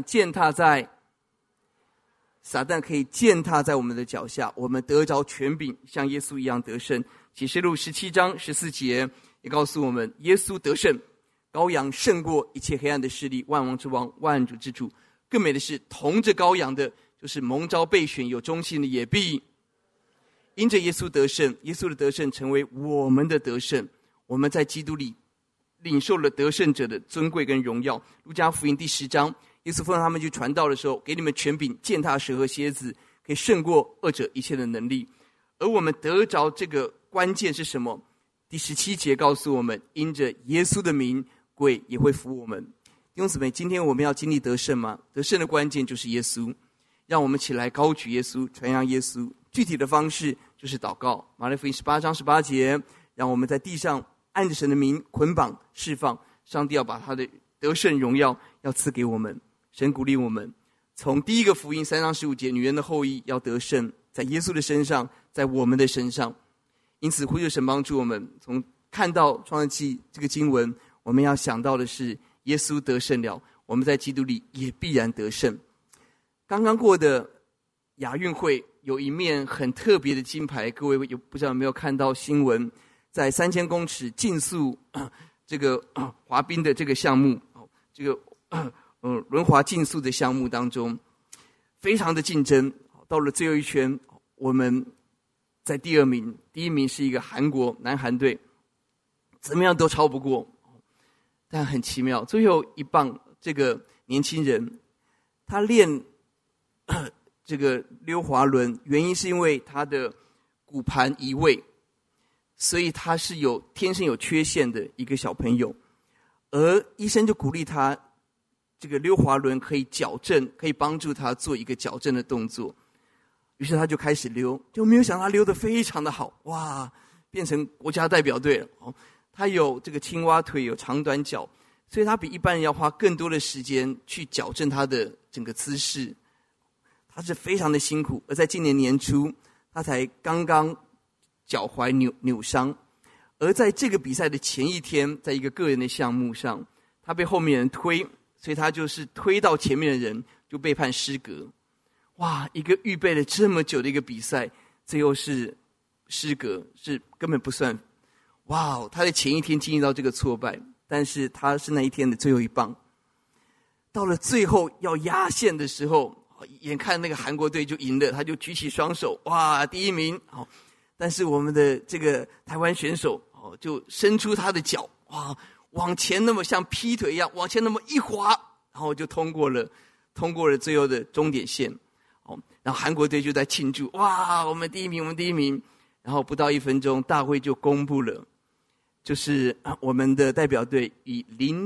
[SPEAKER 2] 可以践踏在我们的脚下，我们得着权柄，像耶稣一样得胜。启示录17章14节也告诉我们，耶稣得胜，羔羊胜过一切黑暗的势力，万王之王，万主之主。更美的是，同着羔羊的，就是蒙召备选有忠心的，也必因着耶稣得胜。耶稣的得胜成为我们的得胜，我们在基督里领受了得胜者的尊贵跟荣耀。路加福音第10章，耶稣吩咐他们去传道的时候，给你们权柄，践踏蛇和蝎子，可以胜过二者一切的能力。而我们得着这个关键是什么？第17节告诉我们，因着耶稣的名，鬼也会服我们。弟兄姊妹，今天我们要经历得胜吗？得胜的关键就是耶稣。让我们起来高举耶稣，传扬耶稣。具体的方式就是祷告。马太福音18章18节，让我们在地上按着神的名捆绑释放，上帝要把他的得胜荣耀要赐给我们。神鼓励我们，从第一个福音3章15节，女人的后裔要得胜，在耶稣的身上，在我们的身上。因此呼求神帮助我们，从看到创世纪这个经文，我们要想到的是耶稣得胜了，我们在基督里也必然得胜。刚刚过的亚运会有一面很特别的金牌，各位不知道有没有看到新闻，在3000公尺竞速这个滑冰的这个项目，这个轮滑竞速的项目当中，非常的竞争。到了最后一圈，我们在第2名，第1名是一个韩国南韩队，怎么样都超不过。但很奇妙，最后一棒这个年轻人他练这个溜滑轮，原因是因为他的骨盘移位，所以他是天生有缺陷的一个小朋友，而医生就鼓励他，这个溜滑轮可以矫正，可以帮助他做一个矫正的动作。于是他就开始溜，就没有想到他溜得非常的好，哇，变成国家代表队了。他有这个青蛙腿，有长短脚，所以他比一般人要花更多的时间去矫正他的整个姿势，他是非常的辛苦。而在今年年初，他才刚刚脚踝扭伤，而在这个比赛的前一天，在一个个人的项目上，他被后面人推，所以他就是推到前面的人就被判失格。哇，一个预备了这么久的一个比赛，最后是失格，是根本不算。哇，他在前一天经历到这个挫败，但是他是那一天的最后一棒。到了最后要压线的时候，眼看那个韩国队就赢了，他就举起双手，哇，第1名。但是我们的这个台湾选手就伸出他的脚，哇，往前那么像劈腿一样往前那么一滑，然后就通过了最后的终点线。然后韩国队就在庆祝，哇，我们第1名，我们第1名。然后不到1分钟，大会就公布了，就是我们的代表队以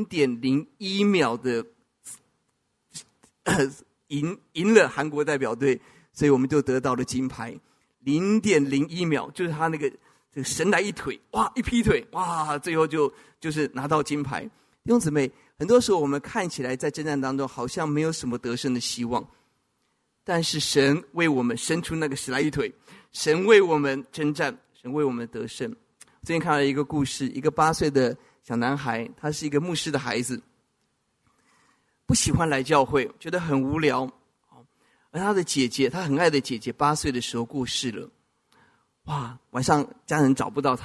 [SPEAKER 2] 0.01秒的赢了韩国代表队，所以我们就得到了金牌。0.01秒，就是他这个神来一腿，哇，一劈腿，哇，最后就是拿到金牌。弟兄姊妹，很多时候我们看起来在征战当中好像没有什么得胜的希望，但是神为我们伸出那个神来一腿，神为我们征战，神为我们得胜。最近看了一个故事，一个8岁的小男孩，他是一个牧师的孩子，不喜欢来教会，觉得很无聊。而他的姐姐，他很爱的姐姐8岁的时候过世了。哇，晚上家人找不到他，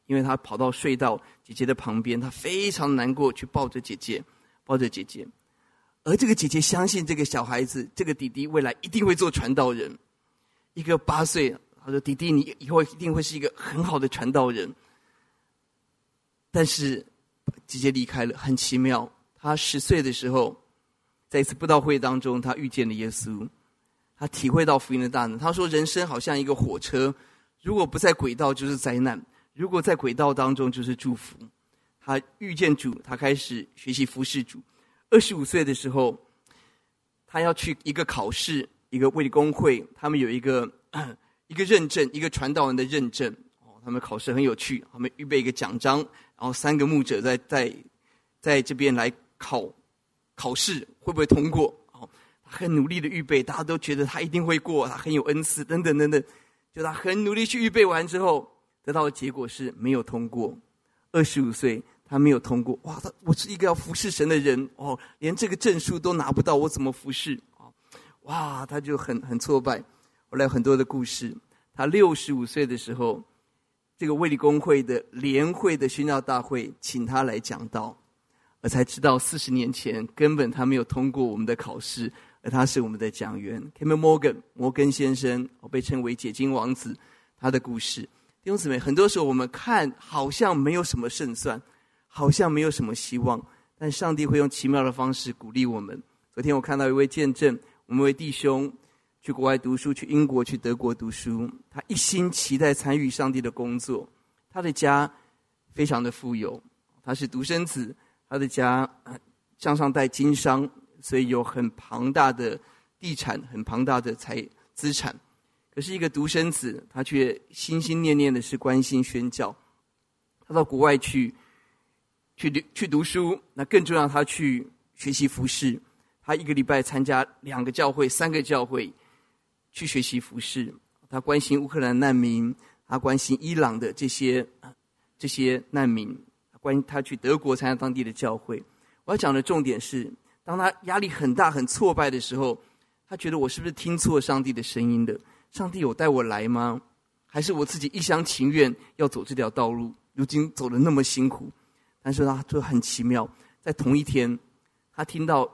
[SPEAKER 2] 因为他跑到睡到姐姐的旁边，他非常难过，去抱着姐姐。而这个姐姐相信这个小孩子，这个弟弟未来一定会做传道人。一个8岁，他说：“弟弟，你以后一定会是一个很好的传道人。”但是姐姐离开了，很奇妙。他10岁的时候，在一次布道会当中，他遇见了耶稣，他体会到福音的大能。他说：“人生好像一个火车，如果不在轨道就是灾难，如果在轨道当中就是祝福。”他遇见主，他开始学习服侍主。25岁的时候，他要去一个考试，一个卫理公会，他们有一个认证，一个传道人的认证。他们考试很有趣，他们预备一个奖章，然后3个牧者在这边来考试会不会通过。他很努力的预备，大家都觉得他一定会过，他很有恩赐等等等等。就他很努力去预备完之后，得到的结果是没有通过。25岁他没有通过。哇，我是一个要服侍神的人连这个证书都拿不到，我怎么服侍？哇，他就很挫败。后来有很多的故事。他65岁的时候，这个卫理公会的联会的宣教大会请他来讲道，而才知道40年前根本他没有通过我们的考试，而他是我们的讲员 Kevin 摩根先生，被称为解经王子。他的故事，弟兄姊妹，很多时候我们看好像没有什么胜算，好像没有什么希望，但上帝会用奇妙的方式鼓励我们。昨天我看到一位见证，我们一位弟兄去国外读书，去英国去德国读书，他一心期待参与上帝的工作。他的家非常的富有，他是独生子，他的家向上带经商，所以有很庞大的地产，很庞大的资产。可是一个独生子，他却心心念念的是关心宣教。他到国外去读书，那更重要，他去学习服侍。他一个礼拜参加2个教会、3个教会，去学习服侍。他关心乌克兰难民，他关心伊朗的这些难民，他去德国参加当地的教会。我要讲的重点是，当他压力很大、很挫败的时候，他觉得我是不是听错上帝的声音的？上帝有带我来吗？还是我自己一厢情愿要走这条道路？如今走得那么辛苦。但是他就很奇妙，在同一天，他听到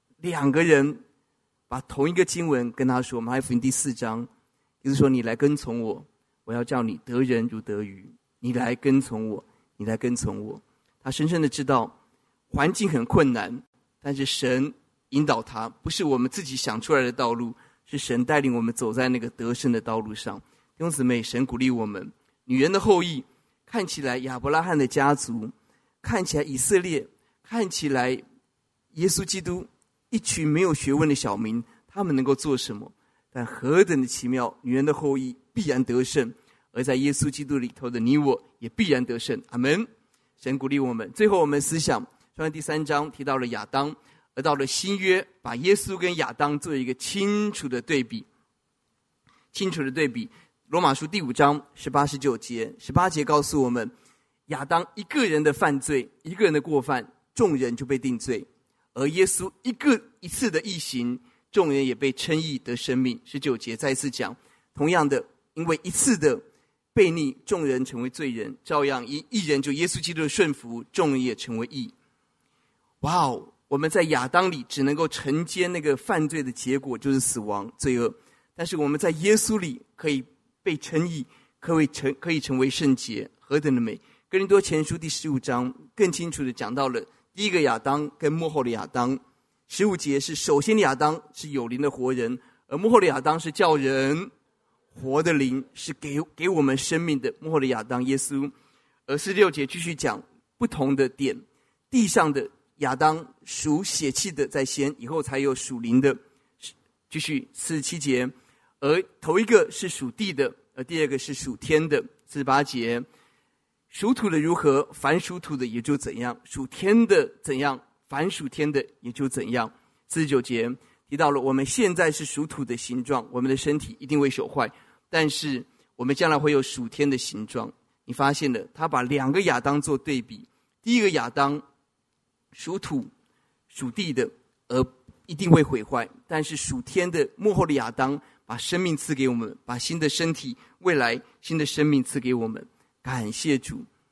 [SPEAKER 2] 2个人把同一个经文跟他说，马太福音第4章，就是说，你来跟从我，我要叫你得人如得鱼。你来跟从我，你来跟从我。他深深的知道环境很困难，但是神引导他，不是我们自己想出来的道路，是神带领我们走在那个得胜的道路上。弟兄姊妹，神鼓励我们，女人的后裔，看起来亚伯拉罕的家族，看起来以色列，看起来耶稣基督，一群没有学问的小民，他们能够做什么？但何等的奇妙，女人的后裔必然得胜，而在耶稣基督里头的你我也必然得胜。阿们。神鼓励我们。最后我们思想创世第3章提到了亚当，而到了新约，把耶稣跟亚当做一个清楚的对比。罗马书第5章18、19节，18节告诉我们，亚当一个人的犯罪，一个人的过犯，众人就被定罪；而耶稣一次的义行，众人也被称义得生命。19节再一次讲，同样的，因为一次的悖逆，众人成为罪人，照样一人就耶稣基督的顺服，众人也成为义。哇哦！我们在亚当里只能够承接那个犯罪的结果，就是死亡、罪恶，但是我们在耶稣里可以被称义，可以成为圣洁，何等的美！哥林多前书第15章更清楚地讲到了第一个亚当跟末后的亚当。15节是首先的亚当是有灵的活人，而末后的亚当是叫人活的灵，是给我们生命的末后的亚当耶稣。而46节继续讲不同的点，地上的亚当属血气的在先，以后才有属灵的。继续47节，而头一个是属地的，而第二个是属天的。48节，属土的如何，凡属土的也就怎样；属天的怎样，凡属天的也就怎样。49节提到了我们现在是属土的形状，我们的身体一定会朽坏，但是我们将来会有属天的形状。你发现了，他把2个亚当做对比。第一个亚当属土属地的，而一定会毁坏，但是属天的末后的亚当把生命赐给我们，把新的身体，未来新的生命赐给我们。感谢主。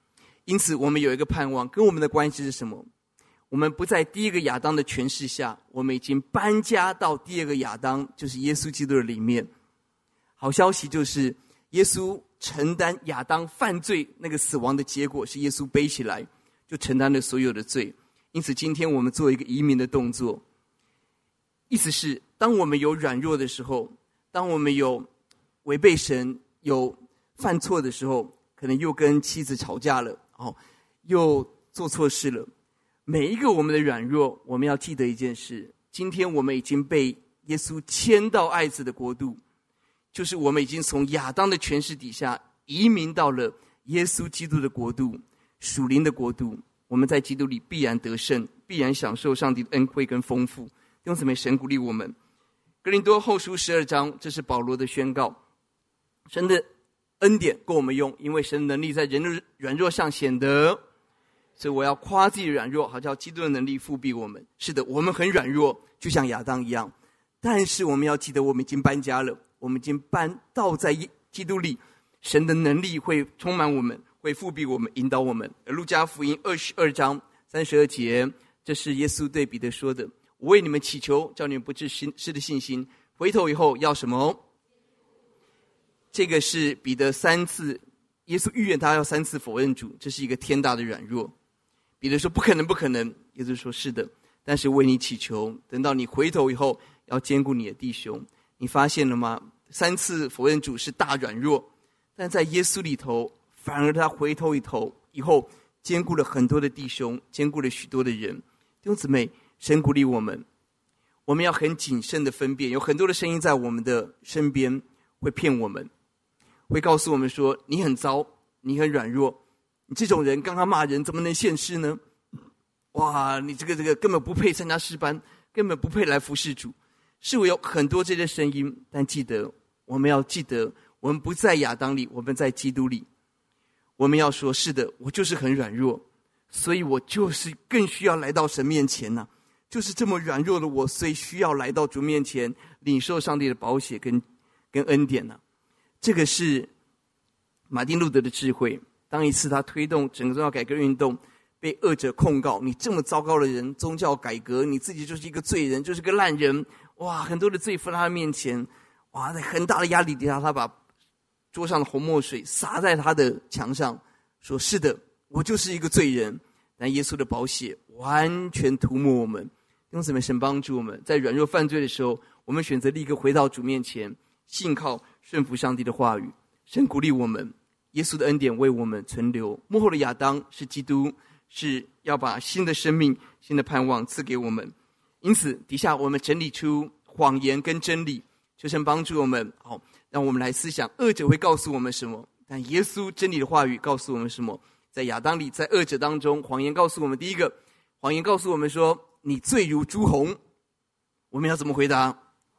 [SPEAKER 2] 因此我们有一个盼望，跟我们的关系是什么？我们不在第一个亚当的权势下，我们已经搬家到第二个亚当，就是耶稣基督的里面。好消息就是耶稣承担亚当犯罪那个死亡的结果，是耶稣背起来，就承担了所有的罪。因此今天我们做一个移民的动作，意思是当我们有软弱的时候，当我们有违背神，有犯错的时候，可能又跟妻子吵架了，又做错事了，每一个我们的软弱，我们要记得一件事，今天我们已经被耶稣迁到爱子的国度，就是我们已经从亚当的权势底下移民到了耶稣基督的国度，属灵的国度。我们在基督里必然得胜，必然享受上帝的恩惠跟丰富。弟兄姊妹，神鼓励我们。哥林多后书12章，这是保罗的宣告，神的恩典够我们用，因为神的能力在人的软弱上显得，所以我要夸自己的软弱，好叫基督的能力复庇我们。是的，我们很软弱，就像亚当一样，但是我们要记得我们已经搬家了，我们已经搬到在基督里，神的能力会充满我们，会复庇我们，引导我们。路加福音22章32节，这是耶稣对彼得说的，我为你们祈求，叫你们不致失了信心，回头以后要什么？这个是彼得3次，耶稣预言他要3次否认主，这是一个天大的软弱。彼得说不可能不可能，耶稣说是的，但是为你祈求，等到你回头以后要兼顾你的弟兄。你发现了吗？3次否认主是大软弱，但在耶稣里头，反而他回头以后兼顾了很多的弟兄，兼顾了许多的人。弟兄姊妹，神鼓励我们，我们要很谨慎的分辨，有很多的声音在我们的身边会骗我们，会告诉我们说你很糟，你很软弱，你这种人刚刚骂人怎么能现世呢？哇，你这个根本不配参加诗班，根本不配来服侍主。是我有很多这些声音，但我们要记得我们不在亚当里，我们在基督里。我们要说是的，我就是很软弱，所以我就是更需要来到神面前啊，就是这么软弱的我，所以需要来到主面前领受上帝的宝血跟恩典啊。这个是马丁路德的智慧。当一次他推动整个宗教改革运动，被恶者控告，你这么糟糕的人，宗教改革你自己就是一个罪人，就是个烂人，哇，很多的罪放在他面前，哇，在很大的压力底下，他把桌上的红墨水洒在他的墙上，说是的，我就是一个罪人，但耶稣的宝血完全涂抹我们。弟兄姊妹，神帮助我们，在软弱犯罪的时候，我们选择立刻回到主面前，信靠顺服上帝的话语。神鼓励我们，耶稣的恩典为我们存留。末后的亚当是基督，是要把新的生命、新的盼望赐给我们。因此底下我们整理出谎言跟真理，求神帮助我们，让我们来思想恶者会告诉我们什么，但耶稣真理的话语告诉我们什么。在亚当里，在恶者当中，谎言告诉我们，第一个，谎言告诉我们说你罪如朱红，我们要怎么回答？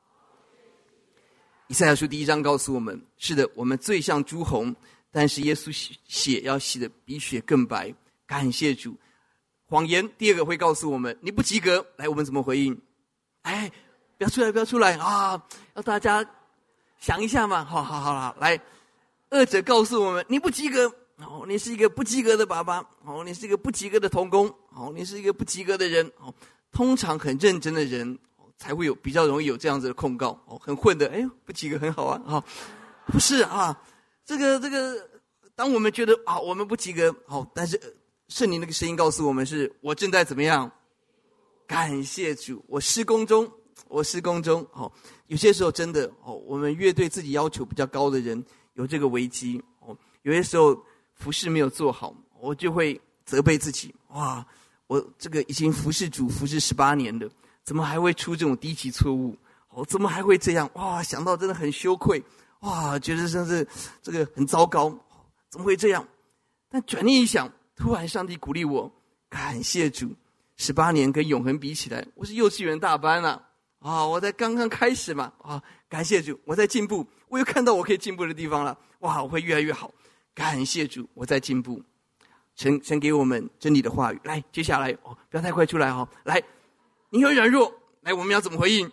[SPEAKER 2] 以赛亚书1章告诉我们，是的，我们罪像朱红，但是耶稣血要洗得比雪更白，感谢主。谎言第二个会告诉我们，你不及格，来，我们怎么回应？哎，不要出来啊！要大家想一下嘛，好了，来，恶者告诉我们，你不及格，你是一个不及格的爸爸，你是一个不及格的同工，你是一个不及格的人。通常很认真的人才会比较容易有这样子的控告，很混的，不及格很好啊，不是啊，这个，当我们觉得我们不及格，但是圣灵那个声音告诉我们是，我正在怎么样？感谢主，我施工中。有些时候真的，我们越对自己要求比较高的人有这个危机，有些时候服事没有做好，我就会责备自己，哇，我这个已经服侍主服侍18年了，怎么还会出这种低级错误？怎么还会这样？哇，想到真的很羞愧，哇，觉得真是这个很糟糕，怎么会这样？但转念一想，突然上帝鼓励我，感谢主，18年跟永恒比起来，我是幼稚园大班我在刚刚开始嘛，感谢主，我在进步，我又看到我可以进步的地方了，哇，我会越来越好，感谢主，我在进步。神给我们真理的话语，来，接下来不要太快出来来，你有软弱，来，我们要怎么回应？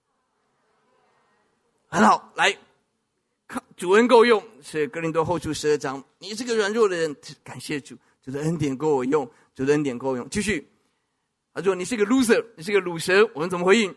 [SPEAKER 2] 很好，来，主恩够用，是哥林多后书12章，你是个软弱的人，感谢主， 主的恩典够我用，主的恩典够我用。继续，他说你是个 loser， 你是个卤蛇，我们怎么回应？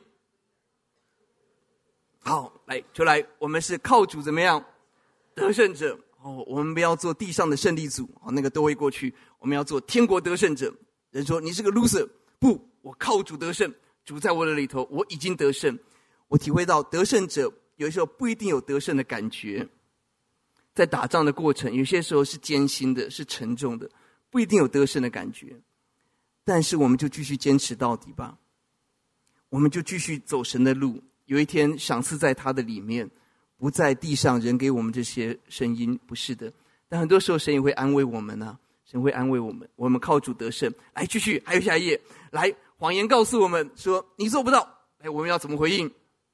[SPEAKER 2] 好，来，就来，我们是靠主怎么样得胜者。我们不要做地上的胜利组，那个都会过去，我们要做天国得胜者。人说你是个 loser， 不，我靠主得胜，主在我的里头，我已经得胜。我体会到得胜者有时候不一定有得胜的感觉，在打仗的过程有些时候是艰辛的，是沉重的，不一定有得胜的感觉，但是我们就继续坚持到底吧，我们就继续走神的路，有一天赏赐在他的里面，不在地上人给我们这些声音，不是的。但很多时候神也会安慰我们啊，神会安慰我们，我们靠主得胜。来，继续，还有下一页，来，谎言告诉我们说你做不到，来，我们要怎么回应？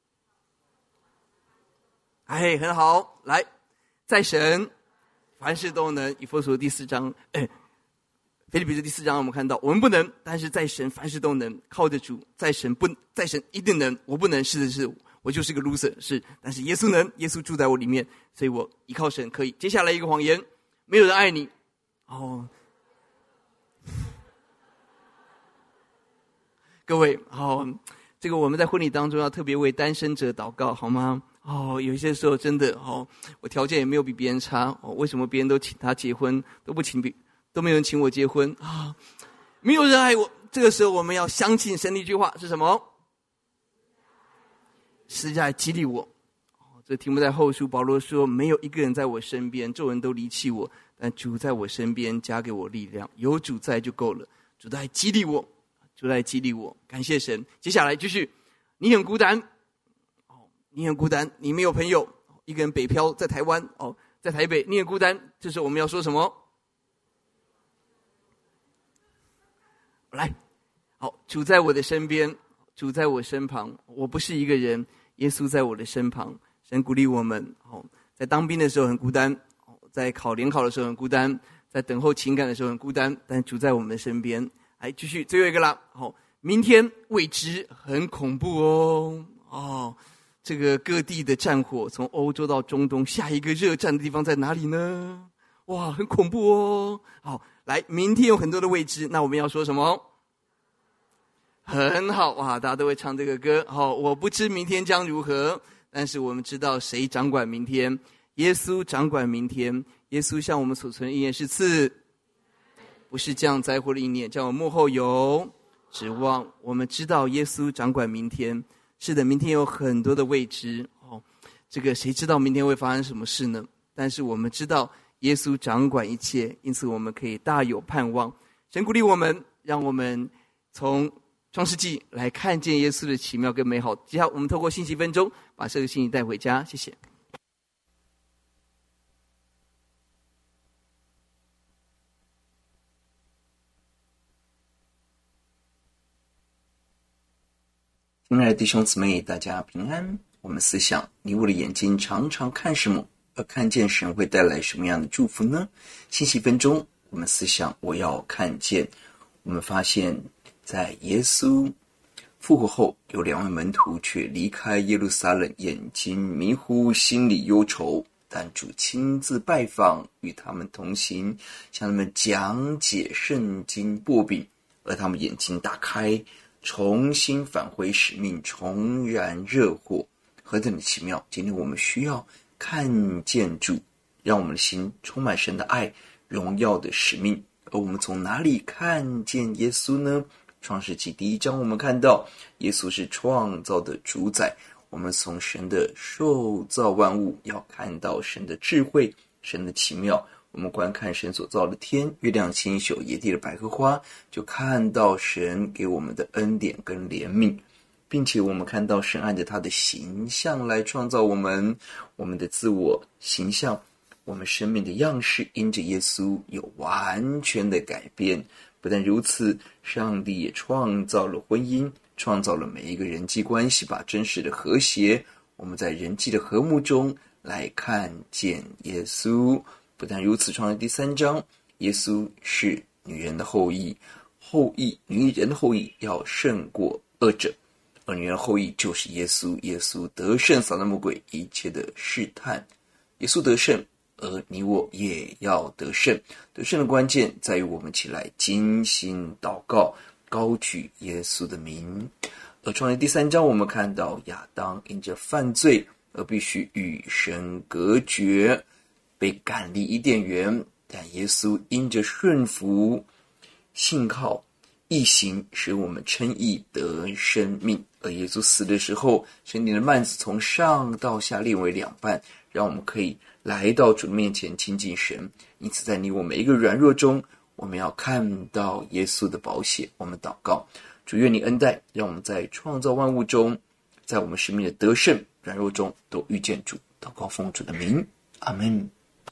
[SPEAKER 2] 很好，来，在神凡事都能，以弗所第4章，腓立比书第4章我们看到我们不能，但是在神凡事都能，靠着主，在神一定能，我不能，是我就是个 loser， 是，但是耶稣能，耶稣住在我里面，所以我依靠神可以。接下来一个谎言，没有人爱你。各位，这个我们在婚礼当中要特别为单身者祷告，好吗？有些时候真的我条件也没有比别人差，为什么别人都请他结婚，都没有人请我结婚啊？没有人爱我。这个时候我们要相信神的一句话是什么？十字架激励我。这题目在后书，保罗说没有一个人在我身边，众人都离弃我，但主在我身边加给我力量，有主在就够了。主在激励我，主在激励我，感谢神。接下来继续，你很孤单，你很孤单，你没有朋友，一个人北漂在台湾，在台北，你很孤单。这时候我们要说什么？来，好，主在我的身边，主在我身旁，我不是一个人，耶稣在我的身旁。神鼓励我们，在当兵的时候很孤单，在联考的时候很孤单，在等候情感的时候很孤单，但主在我们的身边。来，继续，最后一个啦。明天未知，很恐怖哦。这个各地的战火，从欧洲到中东，下一个热战的地方在哪里呢？哇，很恐怖哦。好，来，明天有很多的未知，那我们要说什么？很好，哇，大家都会唱这个歌。我不知明天将如何，但是我们知道谁掌管明天，耶稣掌管明天。耶稣向我们所存的意念是赐，不是降灾祸的意念，叫我幕后有指望。我们知道耶稣掌管明天，是的，明天有很多的未知。这个谁知道明天会发生什么事呢？但是我们知道耶稣掌管一切，因此我们可以大有盼望。神鼓励我们，让我们从创世纪来看见耶稣的奇妙跟美好。接下来我们透过信息分钟把这个信息带回家，谢谢。
[SPEAKER 3] 亲爱的弟兄姊妹，大家平安。我们思想，你我的眼睛常常看什么，而看见神会带来什么样的祝福呢？信息分钟，我们思想，我要看见。我们发现在耶稣复活后，有2位门徒却离开耶路撒冷，眼睛迷糊，心里忧愁，但主亲自拜访，与他们同行，向他们讲解圣经擘饼，而他们眼睛打开，重新返回使命，重燃热火，何等的奇妙！今天我们需要看见主，让我们的心充满神的爱，荣耀的使命。而我们从哪里看见耶稣呢？创世纪第1章我们看到耶稣是创造的主宰。我们从神的受造万物要看到神的智慧，神的奇妙。我们观看神所造的天、月亮、星宿、野地的百合花，就看到神给我们的恩典跟怜悯，并且我们看到神按着他的形象来创造我们的自我形象，我们生命的样式因着耶稣有完全的改变。不但如此，上帝也创造了婚姻，创造了每一个人际关系，把真实的和谐，我们在人际的和睦中来看见耶稣。不但如此，创世第3章，耶稣是女人的后裔，女人的后裔要胜过恶者，而女人的后裔就是耶稣。耶稣得胜，撒旦魔鬼一切的试探，耶稣得胜， 而你我也要得胜。得胜的关键在于我们起来精心祷告，高举耶稣的名。而创世第3章我们看到亚当因着犯罪而必须与神隔绝，被赶离伊甸园，但耶稣因着顺服信靠义行，使我们称义得生命。而耶稣死的时候，神灵的幔子从上到下裂为2半，让我们可以来到主的面前亲近神。因此在你我每一个软弱中，我们要看到耶稣的宝血。我们祷告，主愿你恩待，让我们在创造万物中，在我们生命的得胜软弱中都遇见主。祷告奉主的名，阿们。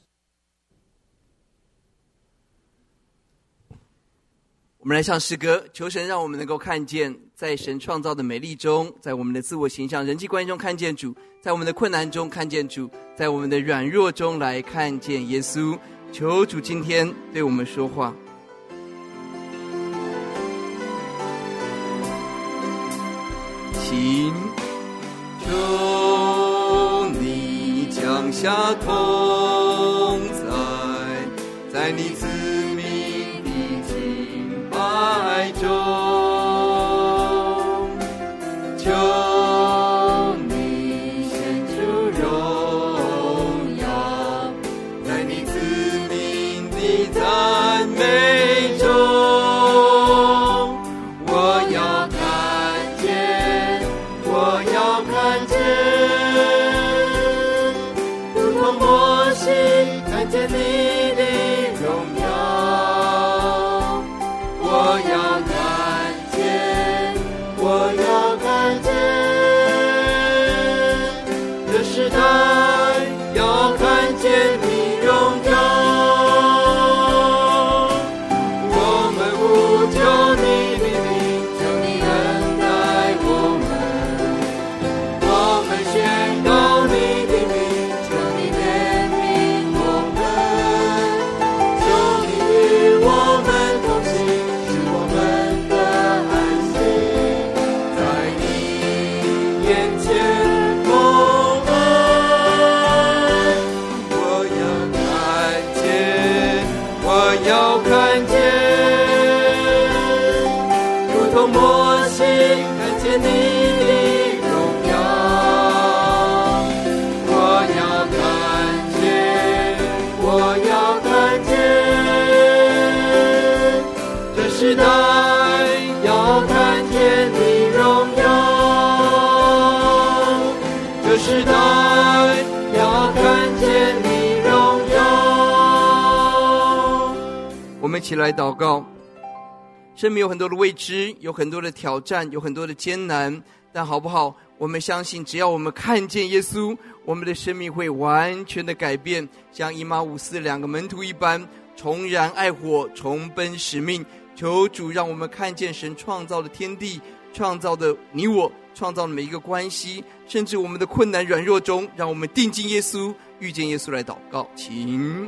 [SPEAKER 2] 我们来唱诗歌，求神让我们能够看见，在神创造的美丽中，在我们的自我形象、人际关系中看见主，在我们的困难中看见主，在我们的软弱中来看见耶稣。求主今天对我们说话。请求你降下同在，在你自命的敬拜中，求你显出荣耀，在你自命的赞美中，我要看见，我要看见，如同摩西看见你的荣耀。我要看见，我要看见，这时代要看见你荣耀。我们呼求你的名，求你恩待我们。我们宣告你的名，求你怜悯我们。求你与我们同行，使我们的安息在你眼前蒙恩。我要看见，我要看见，如同摩西看见你的荣耀。我要看见，我要看见，这时代要看见你荣耀。这时代要看见你荣耀。我们一起来祷告。生命有很多的未知，有很多的挑战，有很多的艰难，但好不好，我们相信只要我们看见耶稣，我们的生命会完全的改变，像以马忤斯2个门徒一般，重燃爱火，重奔使命。求主让我们看见神创造的天地，创造的你我，创造的每一个关系，甚至我们的困难软弱中，让我们定睛耶稣，遇见耶稣。来祷告，请。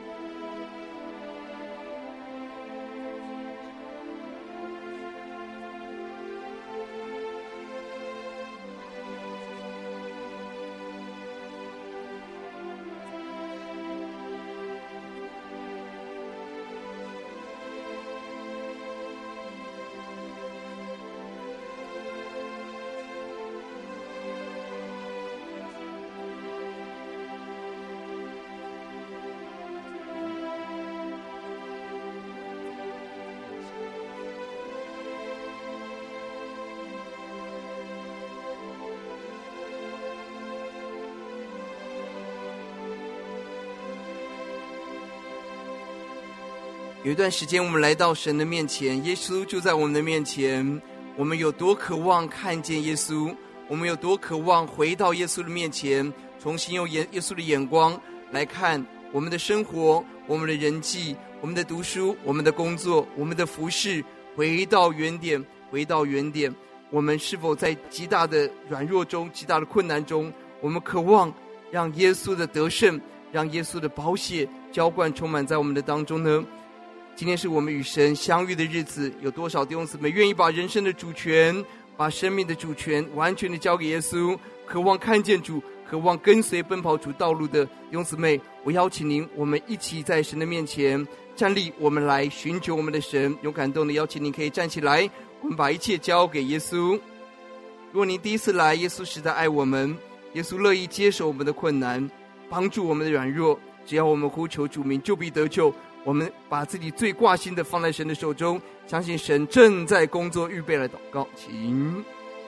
[SPEAKER 2] 有一段时间我们来到神的面前，耶稣就在我们的面前，我们有多渴望看见耶稣，我们有多渴望回到耶稣的面前，重新用耶稣的眼光来看我们的生活，我们的人际，我们的读书，我们的工作，我们的服事，回到原点，回到原点。我们是否在极大的软弱中，极大的困难中，我们渴望让耶稣的得胜，让耶稣的宝血浇灌充满在我们的当中呢？今天是我们与神相遇的日子，有多少弟兄姊妹愿意把人生的主权，把生命的主权完全的交给耶稣，渴望看见主， 渴望跟随奔跑主道路的弟兄姊妹，我邀请您，我们一起在神的面前站立，我们来寻求我们的神。有感动的邀请您可以站起来，我们把一切交给耶稣。如果您第一次来，耶稣实在爱我们，耶稣乐意接受我们的困难，帮助我们的软弱，只要我们呼求主名，就必得救。我们把自己最挂心的放在神的手中，相信神正在工作，预备来祷告。请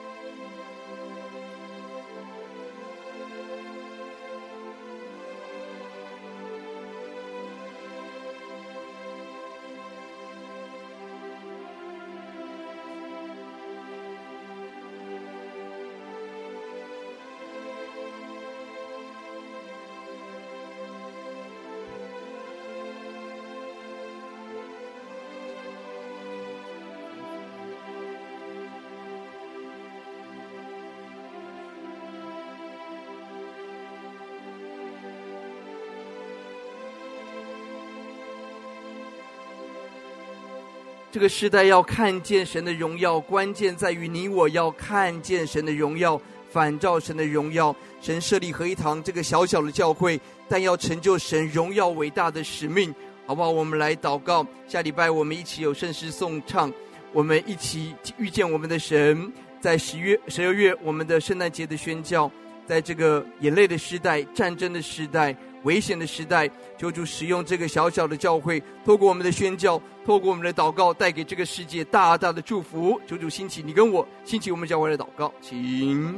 [SPEAKER 2] 这个时代要看见神的荣耀，关键在于你我要看见神的荣耀，反照神的荣耀。神设立合一堂这个小小的教会，但要成就神荣耀伟大的使命，好不好？我们来祷告。下礼拜我们一起有圣诗颂唱，我们一起遇见我们的神。在12月我们的圣诞节的宣教，在这个眼泪的时代、战争的时代、危险的时代，求主使用这个小小的教会，透过我们的宣教，透过我们的祷告，带给这个世界大大的祝福。求主兴起你跟我，兴起我们教会的祷告，请。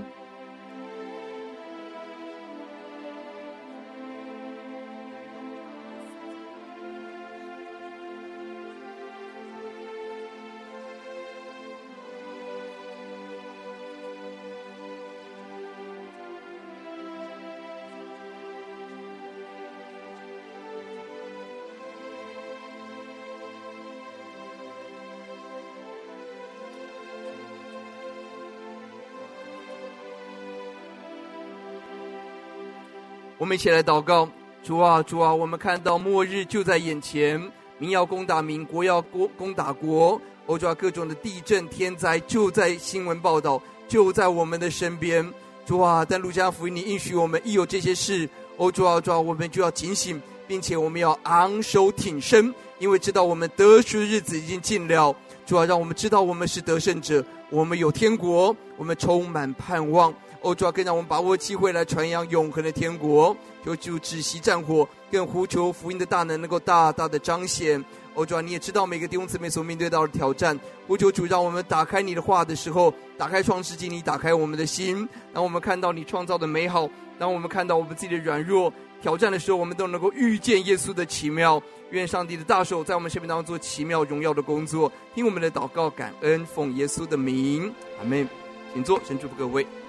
[SPEAKER 2] 我们一起来祷告。主啊，主啊，我们看到末日就在眼前，民要攻打民，国要攻打国。主啊，各种的地震天灾就在新闻报道，就在我们的身边。主啊，但路加福音你应许我们，一有这些事，主啊，主啊，我们就要警醒，并且我们要昂首挺身，因为知道我们得赎的日子已经近了。主啊，让我们知道我们是得胜者，我们有天国，我们充满盼望。主啊，更让我们把握机会来传扬永恒的天国。求主止息战火，更呼求福音的大能能够大大的彰显。主啊，你也知道每个弟兄姊妹所面对到的挑战，呼求主让我们打开你的话的时候，打开创世纪，你打开我们的心，当我们看到你创造的美好，当我们看到我们自己的软弱挑战的时候，我们都能够遇见耶稣的奇妙。愿上帝的大手在我们生命当中做奇妙荣耀的工作。听我们的祷告，感恩，奉耶稣的名，阿们。请坐，神祝福各位。